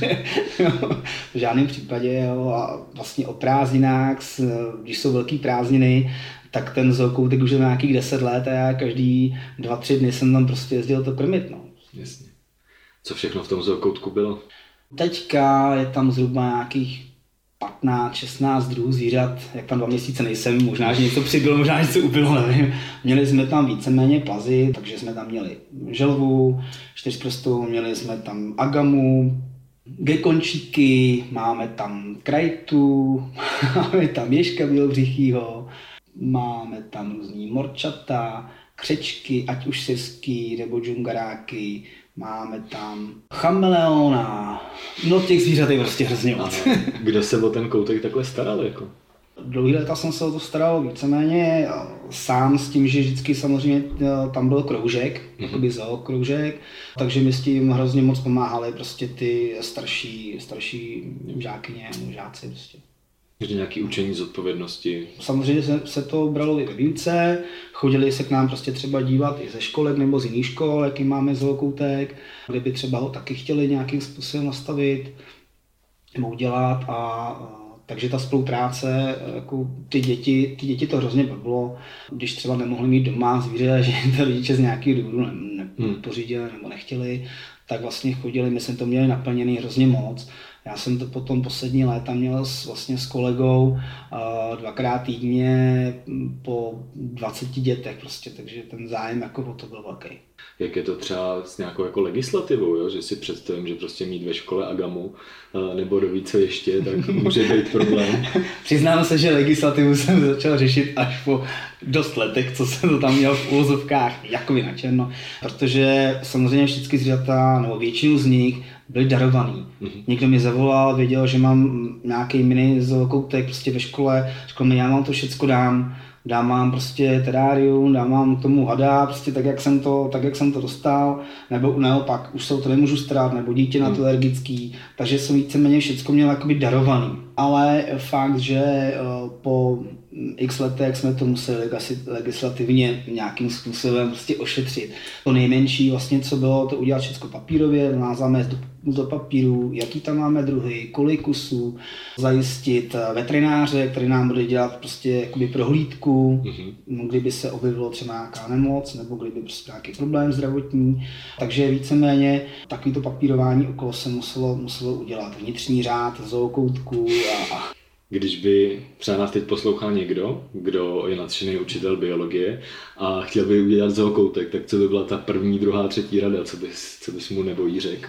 V žádném případě, jo, a vlastně o prázdninách, když jsou velký prázdniny, tak ten zookoutek už je nějakých deset let a já každý dva, tři dny jsem tam prostě jezdil to krmit. No. Jasně. Co všechno v tom zookoutku bylo? Teďka je tam zhruba nějakých patnáct šestnáct druhů zvířat, jak tam dva měsíce nejsem, možná, že něco přibylo, možná něco ubylo, nevím. Měli jsme tam víceméně plazy, takže jsme tam měli želvu, čtyřprstou, měli jsme tam agamu, gekončíky, máme tam krajtu, máme tam ježka bělobřichýho, máme tam různý morčata, křečky, ať už syrský nebo džungaráky, máme tam chameleona, no těch zvířat je prostě hrozně moc. Kdo se o ten koutek takhle staral? Jako? Dlouhý léta jsem se o to staral víceméně sám s tím, že vždycky samozřejmě tam byl kroužek, mm-hmm. jakoby zookroužek, takže mi s tím hrozně moc pomáhali prostě ty starší, starší žákyně, žáci prostě. Že nějaké učení zodpovědnosti. Samozřejmě se, se to bralo i ve výuce, chodili se k nám prostě třeba dívat i ze školek nebo z jiných škol, jaký máme zookoutek, kdyby třeba ho taky chtěli nějakým způsobem nastavit nebo udělat. A, a takže ta spolupráce, jako ty děti, ty děti to hrozně bavilo, když třeba nemohli mít doma zvíře, že to rodiče z nějakého důvodu ne, ne, hmm. pořídili nebo nechtěli, tak vlastně chodili, my jsme to měli naplněný hrozně moc. Já jsem to potom poslední léta měl s, vlastně s kolegou uh, dvakrát týdně po dvaceti dětech prostě, takže ten zájem jako o to byl velký. Jak je to třeba s nějakou jako legislativou, jo? Že si představím, že prostě mít ve škole agamu uh, nebo do více ještě, tak může být problém. Přiznám se, že legislativu jsem začal řešit až po dost letech, co jsem to tam měl v úvozovkách jakoby na černo, protože samozřejmě všechny zvířata, nebo většinu z nich, byli darovaný. Mm-hmm. Někdo mi zavolal, věděl, že mám nějaký mini zookoutek prostě ve škole, řekl mi, já vám to všecko dám, dám vám prostě terárium, dám vám k tomu hada, prostě tak, jak jsem to, tak, jak jsem to dostal, nebo naopak, už se o to nemůžu starat, nebo dítě na to alergický, takže jsem víceméně všecko měl jakoby darovaný. Ale fakt, že po x letech jsme to museli legislativně nějakým způsobem prostě ošetřit. To nejmenší vlastně, co bylo, to udělat všechno papírově, názame do, do papíru, jaký tam máme druhy, kolik kusů, zajistit veterináře, který nám bude dělat prostě jakoby prohlídku, mm-hmm. kdyby se objevilo třeba nějaká nemoc, nebo kdyby prostě nějaký problém zdravotní. Takže víceméně takovýto papírování okolo se muselo, muselo udělat. Vnitřní řád, zookoutku a, a Když by třeba nás teď poslouchal někdo, kdo je nadšený učitel biologie a chtěl by udělat zookoutek, tak co by byla ta první, druhá, třetí rada, co bys, co bys mu nebojí řekl?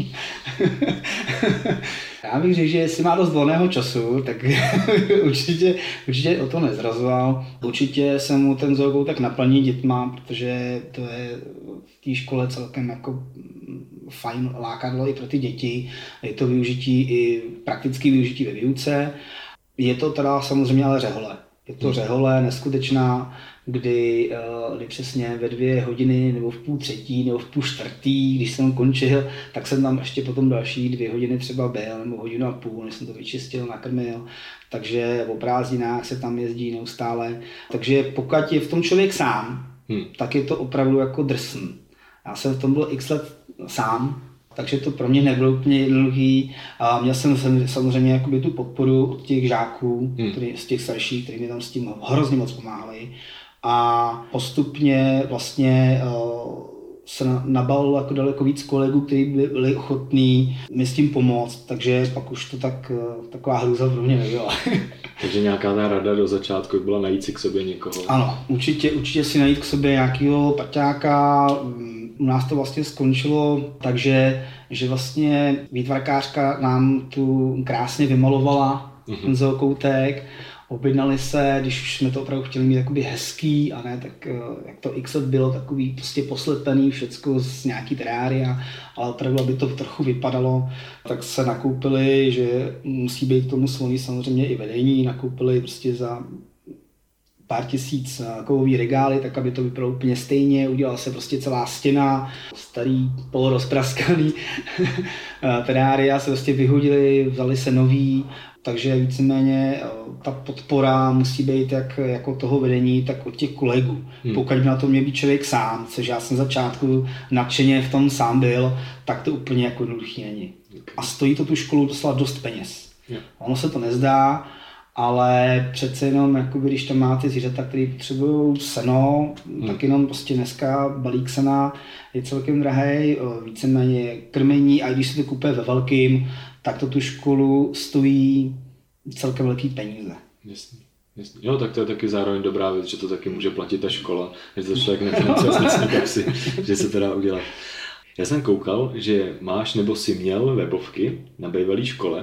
Já bych řekl, že jestli má dost volného času, tak určitě, určitě o to nezrazoval. Určitě se mu ten zookoutek naplní dětma, protože to je v té škole celkem jako fajn lákadlo i pro ty děti. Je to využití i praktické využití ve výuce. Je to teda samozřejmě ale řehole. Je to řehole neskutečná, kdy, kdy přesně ve dvě hodiny nebo v půl třetí nebo v půl čtvrtý, když jsem končil, tak jsem tam ještě potom další dvě hodiny třeba byl, nebo hodinu a půl, než jsem to vyčistil, nakrmil. Takže o prázdninách se tam jezdí neustále. Takže pokud je v tom člověk sám, hmm. tak je to opravdu jako drsný. Já jsem v tom byl x let sám, takže to pro mě nebylo úplně jednoduchý. A měl jsem samozřejmě jakoby tu podporu od těch žáků, hmm. který, z těch starších, kteří mi tam s tím hrozně moc pomáhali. A postupně vlastně uh, se nabalil jako daleko víc kolegů, kteří byli ochotní mi s tím pomoct, takže pak už to tak, uh, taková hrůza pro mě nebyla. Takže nějaká ta rada do začátku byla najít si k sobě někoho? Ano, určitě, určitě si najít k sobě nějakého parťáka. U nás to vlastně skončilo, takže že vlastně výtvarkářka nám tu krásně vymalovala mm-hmm. ten zookoutek. Objednali se, když už jsme to opravdu chtěli mít jakoby hezký a ne tak, jak to X let bylo, takový prostě poslepený, všecko z nějaký terária, ale opravdu, aby to trochu vypadalo, tak se nakoupili, že musí být k tomu svolný samozřejmě i vedení, nakoupili prostě za pár tisíc kovový regály, tak aby to vypadalo úplně stejně, udělala se prostě celá stěna, starý, polorozpraskaný terária se prostě vyhodili, vzali se nový, takže víceméně ta podpora musí být jak jako toho vedení, tak od těch kolegů. Hmm. Pokud by na to měl být člověk sám, což já jsem začátku nadšeně v tom sám byl, tak to úplně jako jednoduchý není. Okay. A stojí to tu školu docela dost peněz. Yeah. Ono se to nezdá, ale přece jenom, jakoby, když tam máte zvířata, které potřebují seno, hmm. tak jenom prostě dneska balík sena je celkem drahý, víceméně krmení a když se to kupuje ve velkým, tak to tu školu stojí celkem velký peníze. Jasně, jasně. Jo, tak to je taky zároveň dobrá věc, že to taky může platit ta škola, že to člověk nefinancuje z vlastní kapsy, že se to dá udělat. Já jsem koukal, že máš nebo si měl webovky na bývalé škole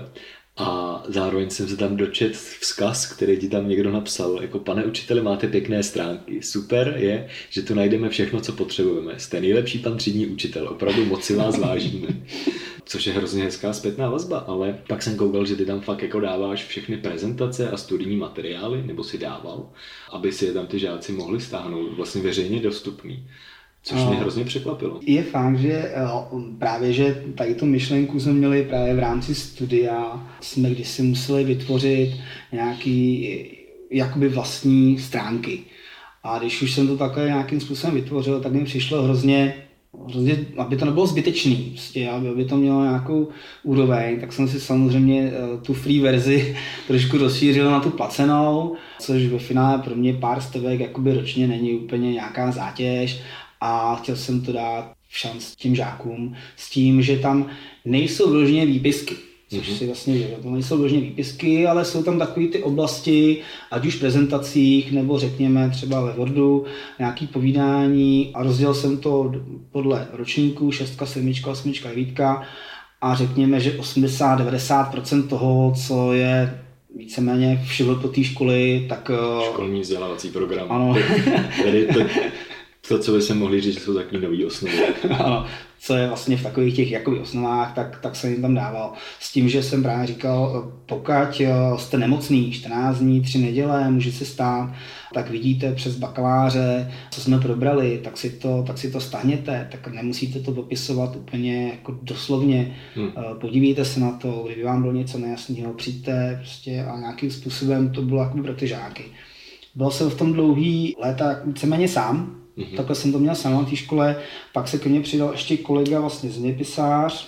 a zároveň jsem se tam dočet vzkaz, který ti tam někdo napsal, jako pane učiteli, máte pěkné stránky. Super je, že tu najdeme všechno, co potřebujeme. Jste nejlepší pan třídní učitel, opravdu moc si vás vážíme. Což je hrozně hezká zpětná vazba, ale pak jsem koukal, že ty tam fakt jako dáváš všechny prezentace a studijní materiály, nebo si dával, aby si je tam ty žáci mohli stáhnout, vlastně veřejně dostupný. Což mě hrozně překvapilo. Je fakt, že právě, že tady tu myšlenku jsme měli právě v rámci studia, jsme kdysi museli vytvořit nějaký jakoby vlastní stránky. A když už jsem to takhle nějakým způsobem vytvořil, tak mi přišlo hrozně, hrozně aby to nebylo zbytečný, prostě, aby, aby to mělo nějakou úroveň, tak jsem si samozřejmě tu free verzi trošku rozšířil na tu placenou, což ve finále pro mě pár stovek jakoby ročně není úplně nějaká zátěž. A chtěl jsem to dát v šanc těm žákům s tím, že tam nejsou vyloženě výpisky. Což mm-hmm. si vlastně věděl, to nejsou vyloženě výpisky, ale jsou tam takové ty oblasti, ať už v prezentacích, nebo řekněme třeba ve Wordu, nějaké povídání a rozdělil jsem to podle ročníků, šestka, sedmička, osmička, devítka a řekněme, že osmdesát až devadesát procent toho, co je víceméně v životě školy, tak... Školní vzdělávací program. Ano. Tedy to, to, co by se mohli říct, že jsou takové nový osnovy. Ano, co je vlastně v takových těch jakoby osnovách, tak, tak jsem jim tam dával. S tím, že jsem právě říkal, pokud jste nemocný, čtrnáct dní, tři neděle, může se stát, tak vidíte přes bakaláře, co jsme probrali, tak si to, tak si to stáhněte, tak nemusíte to popisovat úplně jako doslovně. Hmm. Podívejte se na to, kdyby vám bylo něco nejasného, přijďte prostě a nějakým způsobem to bylo jako pro ty žáky. Byl jsem v tom dlouhý léta víceméně sám, mm-hmm. takhle jsem to měl sám na té škole, pak se ke mně přidal ještě kolega, vlastně zeměpisář,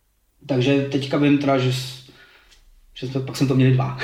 takže teďka vím teda, že, že jsme, pak jsem to měli dva.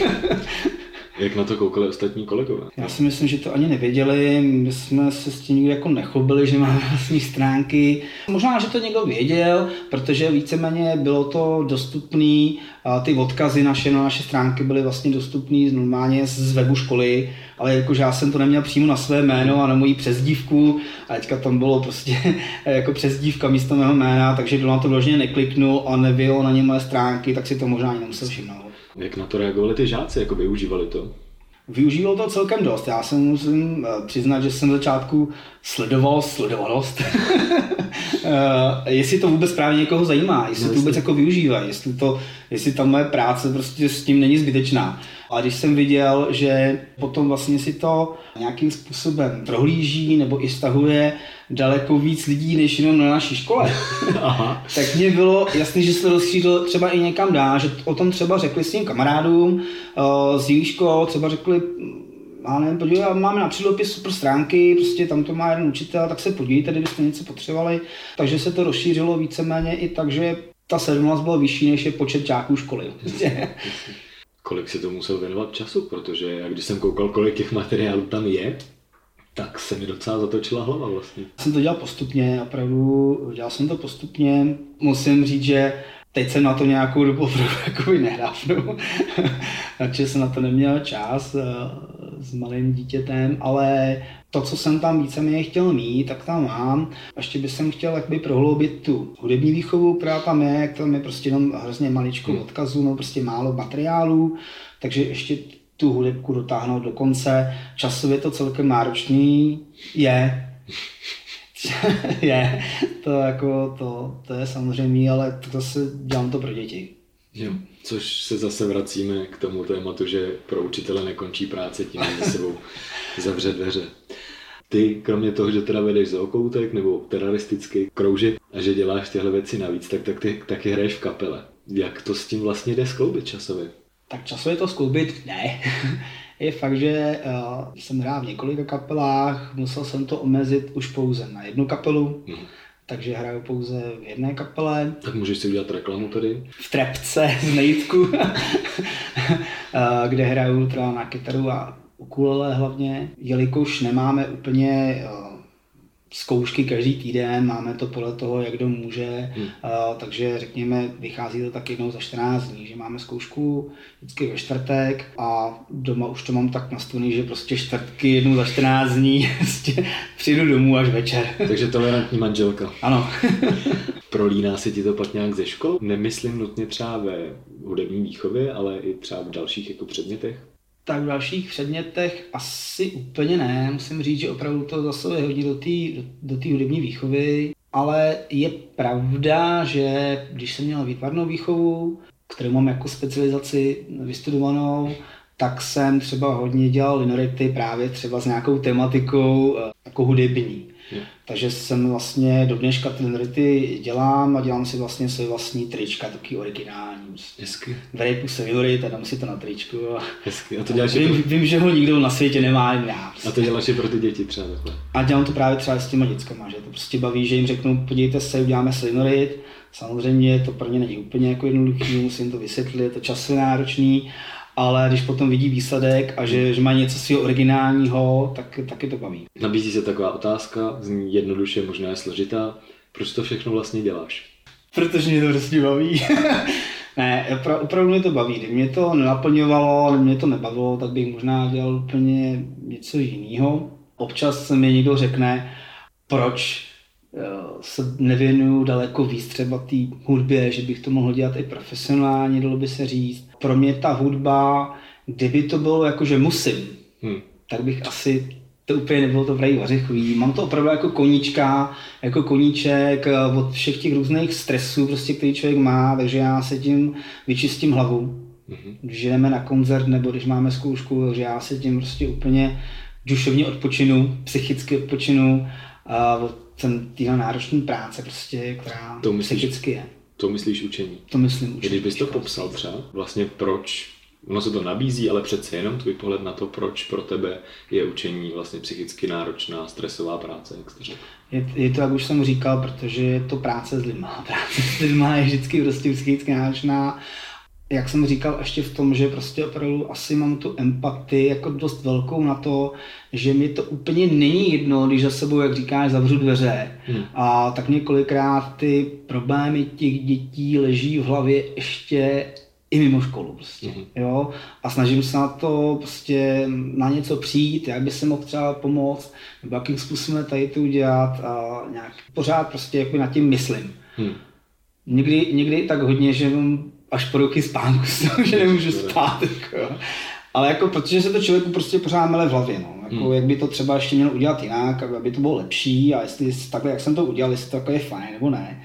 Jak na to koukali ostatní kolegové? Já si myslím, že to ani nevěděli, my jsme se s tím nikdy jako nechlubili, že máme vlastní stránky. Možná, že to někdo věděl, protože víceméně bylo to dostupné, ty odkazy naše na naše stránky byly vlastně dostupné normálně z webu školy, ale jakože já jsem to neměl přímo na své jméno a na moji přezdívku a teďka tam bylo prostě jako přezdívka místo mého jména, takže kdo na to vložně nekliknul a nevyjel na ně moje stránky, tak si to možná ani nemusel všimnout. Jak na to reagovali ty žáci, jako využívali to? Využíval to celkem dost. Já se musím přiznat, že jsem v začátku sledoval sledovanost. Jestli to vůbec právě někoho zajímá, jestli to vůbec jako využívají, jestli, to, jestli ta moje práce prostě s tím není zbytečná. A když jsem viděl, že potom vlastně si to nějakým způsobem prohlíží nebo i stahuje daleko víc lidí, než jenom na naší škole, Aha. tak mně bylo jasné, že se to rozšířilo třeba i někam dál, že o tom třeba řekli s tím kamarádům z jiných škol, třeba řekli, já nevím, podívej, máme na Přílopě super stránky, prostě tam to má jeden učitel, tak se podívejte, kdybyste něco potřebovali. Takže se to rozšířilo víceméně i tak, že ta sedmnáct byla vyšší, než je počet žáků školy. Kolik si to musel věnovat času, protože jak když jsem koukal, kolik těch materiálů tam je, tak se mi docela zatočila hlava vlastně. Já jsem to dělal postupně, opravdu dělal jsem to postupně. Musím říct, že teď jsem na to nějakou dobu opravdu jako nehrávnu, takže jsem na to neměl čas s malým dítětem, ale to, co jsem tam víceméně chtěl mít, tak tam mám. Ještě bych jsem chtěl jakoby prohloubit tu hudební výchovu, která tam je, jak tam je prostě jenom hrozně maličkou odkazu, no prostě málo materiálů, takže ještě tu hudebku dotáhnout do konce. Časově to celkem náročný je. je, to jako, to, to je samozřejmě, ale to zase dělám to pro děti. Jo, což se zase vracíme k tomu tématu, že pro učitele nekončí práce tím, že za sebou zavře dveře. Ty, kromě toho, že teda vedeš zookoutek nebo teroristický kroužek a že děláš tyhle věci navíc, tak, tak ty taky hraješ v kapele. Jak to s tím vlastně jde skloubit časově? Tak časově to skloubit ne. Je fakt, že uh, jsem hrál v několika kapelách, musel jsem to omezit už pouze na jednu kapelu, hmm. takže hraju pouze v jedné kapele. Tak můžeš si udělat reklamu tady? V trepce z Nejtku, kde hraju třeba na kytaru a ukulele hlavně, jelikož nemáme úplně uh, zkoušky každý týden, máme to podle toho, jak kdo může, hmm. uh, takže řekněme, vychází to tak jednou za čtrnáct dní, že máme zkoušku vždycky ve čtvrtek a doma už to mám tak nastavený, že prostě čtvrtky jednou za čtrnáct dní prostě přijdu domů až večer. Takže tolerantní manželka. Ano. Prolíná se ti to pak nějak ze škol? Nemyslím nutně třeba ve hudební výchově, ale i třeba v dalších jako předmětech? Tak v dalších předmětech asi úplně ne. Musím říct, že opravdu to zasahuje hodně do té do, do hudební výchovy. Ale je pravda, že když jsem měl výtvarnou výchovu, kterou mám jako specializaci vystudovanou, tak jsem třeba hodně dělal linority právě třeba s nějakou tematikou jako hudební. Je. Takže jsem vlastně do dneška ty linority dělám a dělám si vlastně své vlastní trička, taky originální. Hezky. Vejpu se linorit a dám si to na tričku. Hezky. A to děláš vím, pro... vím, že ho nikdo na světě nemá, jen já. A to děláš i pro ty děti třeba takhle. A dělám to právě třeba s těma dětskama, že to prostě baví, že jim řeknu, podívejte se, uděláme si linorit. Samozřejmě to pro ně není úplně jako jednoduchý, musím to vysvětlit, je to časově náročný. Ale když potom vidí výsledek a že, že má něco svého originálního, tak taky to baví. Nabízí se taková otázka, zní jednoduše, možná je složitá. Proč to všechno vlastně děláš? Protože mě to prostě baví. Ne, opravdu mě to baví. Kdyby mě to nenaplňovalo, kdyby mě to nebavilo, tak bych možná dělal úplně něco jiného. Občas se mi někdo řekne, proč se nevěnuju daleko víc třeba té hudbě, že bych to mohl dělat i profesionálně, dalo by se říct. Pro mě ta hudba, kdyby to bylo jako, že musím, hmm. tak bych asi to úplně nebylo to vraj ořechový. Mám to opravdu jako koníčka, jako koníček od všech těch různých stresů, prostě, který člověk má, takže já se tím vyčistím hlavu. Hmm. Když jdeme na koncert nebo když máme zkoušku, takže já se tím prostě úplně duševně odpočinu, psychicky odpočinu a od téhle náročné práce, prostě, která to myslíš, psychicky je. To myslíš učení? To myslím učení. Když bys to popsal třeba, vlastně proč, ono se to nabízí, ale přece jenom tvůj pohled na to, proč pro tebe je učení vlastně psychicky náročná, stresová práce, jak jste řekl? Je, je to, jak už jsem říkal, protože je to práce s lidma. Práce s lidma je vždycky prostě psychicky náročná. Jak jsem říkal ještě v tom, že prostě opravdu asi mám tu empatii jako dost velkou na to, že mi to úplně není jedno, když za sebou, jak říkáš, zavřu dveře. Hmm. A tak několikrát ty problémy těch dětí leží v hlavě ještě i mimo školu prostě, hmm. jo. A snažím se na to prostě na něco přijít, jak by se mohl třeba pomoct, nebo jakým způsobem tady to udělat a nějak pořád prostě jako nad tím myslím. Hmm. Někdy, někdy tak hodně, že mám až poruchy spánku z toho, že nemůžu spát. Jako. Ale jako, protože se to člověku prostě pořád mele v hlavě. No. Jako, hmm. Jak by to třeba ještě mělo udělat jinak, aby to bylo lepší a jestli takhle, jak jsem to udělal, jestli to jako je fajn nebo ne.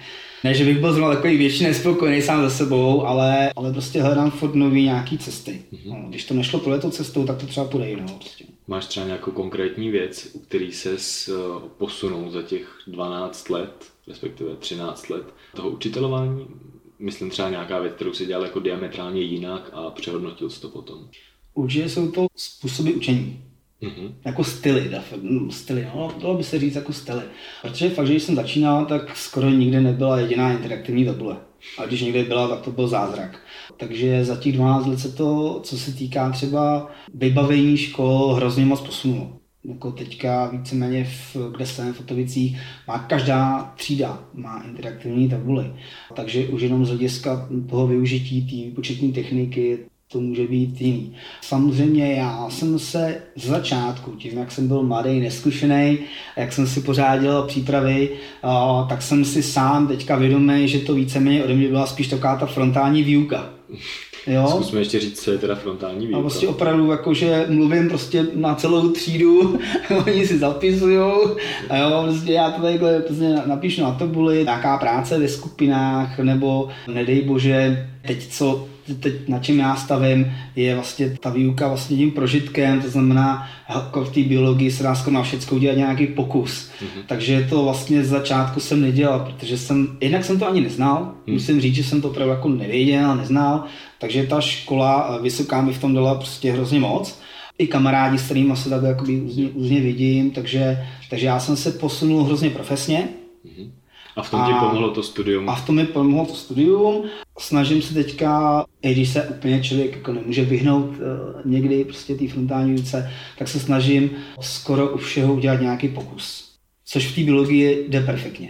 Ne, že bych byl zrovna takový větší nespokojený sám za sebou, ale, ale prostě hledám furt nový nějaký cesty. Mm-hmm. No, když to nešlo tohletou cestou, tak to třeba půjde jinou. Prostě. Máš třeba nějakou konkrétní věc, u který ses posunul za těch dvanáct let, respektive třináct let toho učitelování? Myslím třeba nějaká věc, kterou si dělal jako diametrálně jinak a přehodnotil jsi to potom. Určitě jsou to způsoby učení. Mm-hmm. Jako styly, styly, no, dalo by se říct jako styly. Protože fakt, že když jsem začínal, tak skoro nikde nebyla jediná interaktivní tabule. A když někde byla, tak to byl zázrak. Takže za těch dvanáct let se to, co se týká třeba vybavení škol, hrozně moc posunulo. Jako teďka víceméně, v, kde jsem v Otovicích, má každá třída má interaktivní tabuly. Takže už jenom z hlediska toho využití té výpočetní techniky to může být jiný. Samozřejmě já jsem se z začátku, tím jak jsem byl mladý, neskušený, jak jsem si pořád dělal přípravy, tak jsem si sám teďka vědomý, že to víceméně ode mě byla spíš taková ta frontální výuka. Jo? Zkusme ještě říct, co je teda frontální výuka. A prostě opravdu jakože mluvím prostě na celou třídu, oni si zapisujou a jo, prostě já to takhle prostě napíšu na tabuli, nějaká práce ve skupinách, nebo nedej bože, teď co teď na čem já stavím, je vlastně ta výuka vlastně tím prožitkem, to znamená, jako v té biologii se dá skoro na všecko udělat nějaký pokus. Mm-hmm. Takže to vlastně z začátku jsem nedělal, protože jsem, jednak jsem to ani neznal, mm. musím říct, že jsem to opravdu jako nevěděl, neznal, takže ta škola vysoká mi v tom dala prostě hrozně moc. I kamarádi, s kterými se takhle jakoby úzně vidím, takže, takže já jsem se posunul hrozně profesně. Mm-hmm. A v tom ti pomohlo to studium? A v tom mi pomohlo to studium. Snažím se teďka, i když se úplně člověk jako nemůže vyhnout uh, někdy prostě té frontální výuce, tak se snažím skoro u všeho udělat nějaký pokus. Což v té biologii jde perfektně.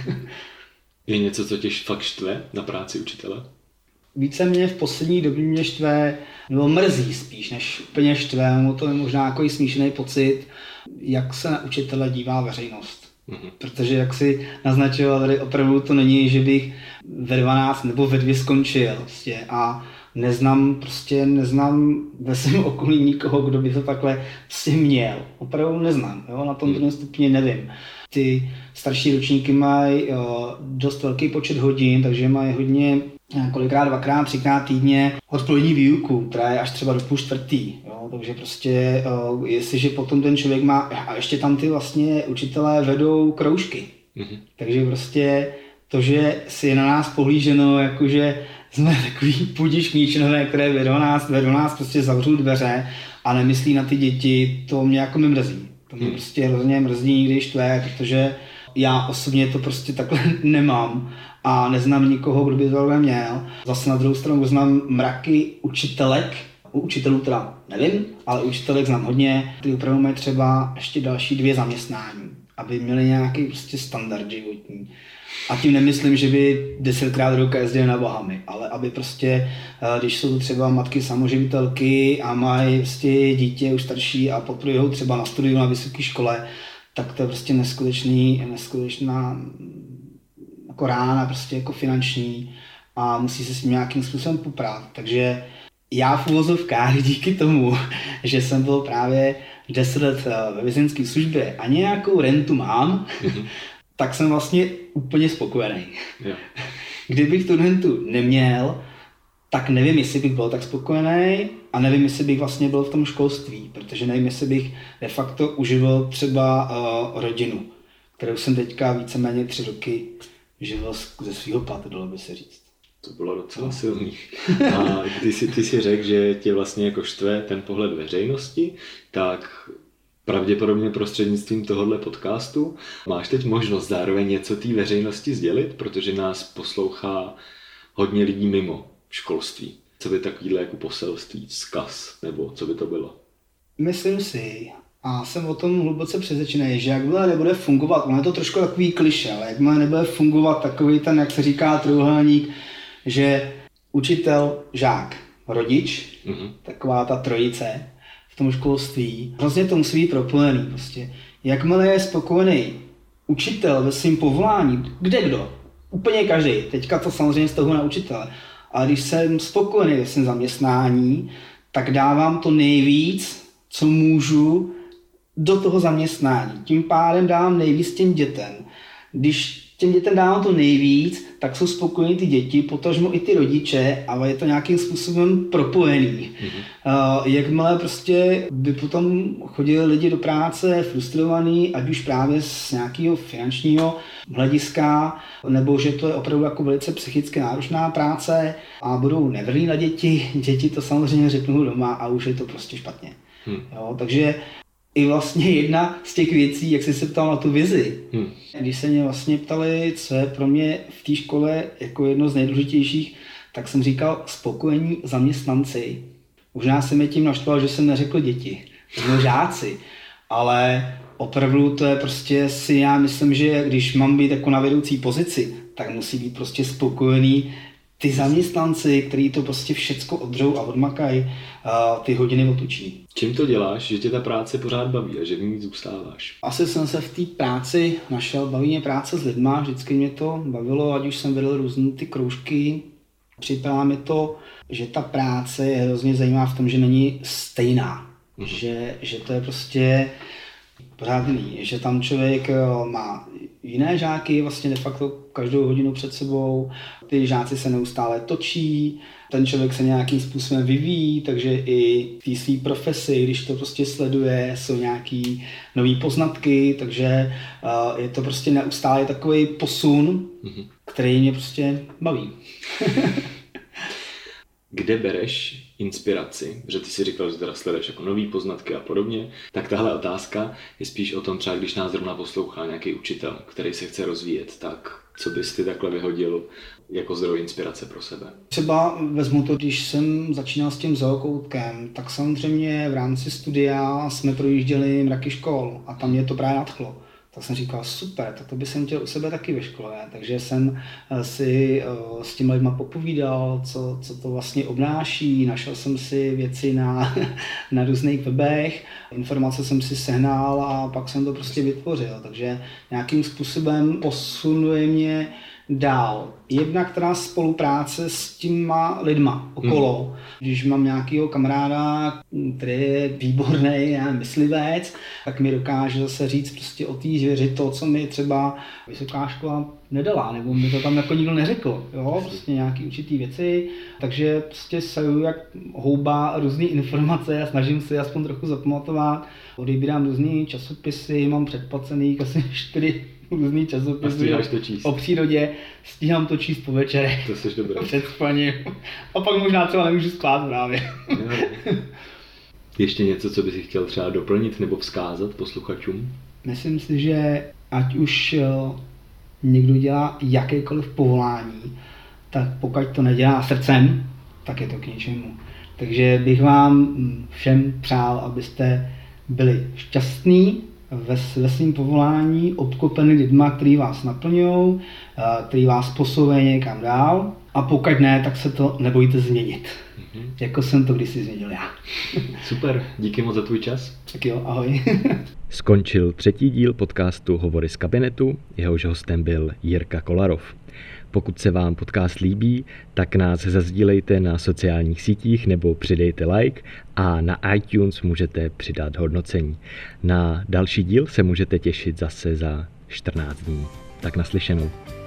Je něco, co tě fakt štve na práci učitele? Více mě v poslední době mě štve, nebo mrzí spíš, než úplně štve, to je možná jako smíšený pocit, jak se na učitele dívá veřejnost. Mm-hmm. Protože jak si naznačoval, tady opravdu to není, že bych ve dvanáct nebo ve dvě skončil prostě a neznám prostě, neznám ve svém okolí nikoho, kdo by to takhle prostě měl. Opravdu neznám, jo? Na tom druhém stupni nevím. Ty starší ročníky mají jo, dost velký počet hodin, takže mají hodně, kolikrát dvakrát, třikrát týdně odpolední výuku, která je až třeba do půl čtvrtý. Jo? Takže prostě, jo, jestliže potom ten člověk má, a ještě tam ty vlastně učitelé vedou kroužky. Mm-hmm. Takže prostě to, že si je na nás pohlíženo, jakože jsme takový půdiš míčenové, které vedou nás, vedou nás prostě zavřou dveře a nemyslí na ty děti, to mě jako mi mrzí. To mě hmm. prostě hrozně mrzí, když štve, protože já osobně to prostě takhle nemám a neznám nikoho, kdo by to takhle měl. Zase na druhou stranu znám mraky učitelek, u učitelů teda nevím, ale učitelek znám hodně, ty opravdu mají třeba ještě další dvě zaměstnání, aby měli nějaký prostě standard životní. A tím nemyslím, že by desetkrát roka jezdili na Bahamy, ale aby prostě, když jsou to třeba matky samoživitelky a mají prostě dítě už starší a podporují ho třeba na studiu na vysoké škole, tak to je prostě neskutečný, neskutečná jako rána, prostě jako finanční a musí se s tím nějakým způsobem poprát. Takže já v uvozovkách díky tomu, že jsem byl právě deset let ve vězeňské službě a nějakou rentu mám, mm-hmm. tak jsem vlastně úplně spokojený. Yeah. Kdybych tu rentu neměl, tak nevím, jestli bych byl tak spokojený a nevím, jestli bych vlastně byl v tom školství, protože nevím, jestli bych de facto uživil třeba uh, rodinu, kterou jsem teďka víceméně tři roky živil ze svého platu, dalo by se říct. To bylo docela silný. A ty si, ty si řekl, že tě vlastně jako štve ten pohled veřejnosti, tak pravděpodobně prostřednictvím tohohle podcastu máš teď možnost zároveň něco té veřejnosti sdělit, protože nás poslouchá hodně lidí mimo školství. Co by takovýhle jako poselství, vzkaz, nebo co by to bylo? Myslím si, a jsem o tom hluboce přesvědčený, že jakmile nebude fungovat, ono je to trošku takový klišé, ale jakmile nebude fungovat takový ten, jak se říká, trojúhelník, že učitel, žák, rodič, mm-hmm. taková ta trojice v tom školství, hrozně to musí být propojený prostě. Jakmile je spokojený učitel ve svém povolání, kde kdo, úplně každý, teďka to samozřejmě z toho na učitele, ale když jsem spokojený ve svém zaměstnání, tak dávám to nejvíc, co můžu do toho zaměstnání. Tím pádem dávám nejvíc těm dětem. Když těm dětem dávám to nejvíc, tak jsou spokojení ty děti, potažmo i ty rodiče, ale je to nějakým způsobem propojený. Mm-hmm. Uh, jakmile prostě by potom chodili lidi do práce frustrovaní, ať už právě z nějakého finančního hlediska, nebo že to je opravdu jako velice psychicky náročná práce a budou nevrlí na děti, děti to samozřejmě řeknou doma a už je to prostě špatně. Mm. Jo, takže i vlastně jedna z těch věcí, jak jsi se ptal na tu vizi. Hmm. Když se mě vlastně ptali, co je pro mě v té škole jako jedno z nejdůležitějších, tak jsem říkal spokojení zaměstnanci. Možná jsem je tím naštval, že jsem neřekl děti, nebo žáci, ale opravdu to je prostě si, já myslím, že když mám být jako na vedoucí pozici, tak musí být prostě spokojený ty zaměstnanci, kteří to prostě všecko odřou a odmakají, ty hodiny otučí. Čím to děláš, že tě ta práce pořád baví a že v ní zůstáváš? Asi jsem se v té práci našel, baví mě práce s lidma, vždycky mě to bavilo, ať už jsem vedl různé ty kroužky. Připadá mi to, že ta práce je hrozně zajímavá v tom, že není stejná. Mm-hmm. Že, že to je prostě pořádný, že tam člověk má jiné žáky vlastně de facto každou hodinu před sebou, ty žáci se neustále točí, ten člověk se nějakým způsobem vyvíjí, takže i v té své profesi, když to prostě sleduje, jsou nějaký nový poznatky, takže uh, je to prostě neustále takový posun, mm-hmm. který mě prostě baví. Kde bereš inspiraci? Že ty si říkal, že teda sleduješ jako nový poznatky a podobně, tak tahle otázka je spíš o tom třeba, když nás zrovna poslouchá nějaký učitel, který se chce rozvíjet, tak co bys ty takhle vyhodil jako zdroj inspirace pro sebe? Třeba vezmu to, když jsem začínal s tím zookoutkem, tak samozřejmě v rámci studia jsme projížděli mraky škol a tam mě to právě nadchlo. Tak jsem říkal, super, tak to bych jsem chtěl u sebe taky ve škole. Takže jsem si s těmi lidma popovídal, co, co to vlastně obnáší. Našel jsem si věci na, na různých webech, informace jsem si sehnal a pak jsem to prostě vytvořil. Takže nějakým způsobem posunuje mě dál. Jednak teda spolupráce s těma lidma okolo. Hmm. Když mám nějakého kamaráda, který je výborný myslivec, tak mi dokáže zase říct prostě o té zvěři to, co mi třeba vysoká škola nedala, nebo mi to tam jako nikdo neřekl. Jo? Prostě nějaký určitý věci. Takže prostě sajuju jak houba různé informace a snažím se aspoň trochu zapamatovat. Odebírám různý časopisy, mám předplacených asi čtyři různý časopisy o přírodě, stíhám to číst po večerech. To jsi dobrý. Před spaním. A pak možná třeba nemůžu spát právě. Ještě něco, co bys chtěl třeba doplnit nebo vzkázat posluchačům? Myslím si, že ať už někdo dělá jakékoliv povolání, tak pokud to nedělá srdcem, tak je to k ničemu. Takže bych vám všem přál, abyste byli šťastní ve, ve svém povolání, obklopeni lidma, který vás naplňují, který vás posouvají někam dál. A pokud ne, tak se to nebojte změnit. Mm-hmm. Jako jsem to kdysi změnil já. Super, díky moc za tvůj čas. Tak jo, ahoj. Skončil třetí díl podcastu Hovory z kabinetu, jehož hostem byl Jirka Kolarov. Pokud se vám podcast líbí, tak nás zazdílejte na sociálních sítích nebo přidejte like a na iTunes můžete přidat hodnocení. Na další díl se můžete těšit zase za čtrnáct dní. Tak naslyšenou.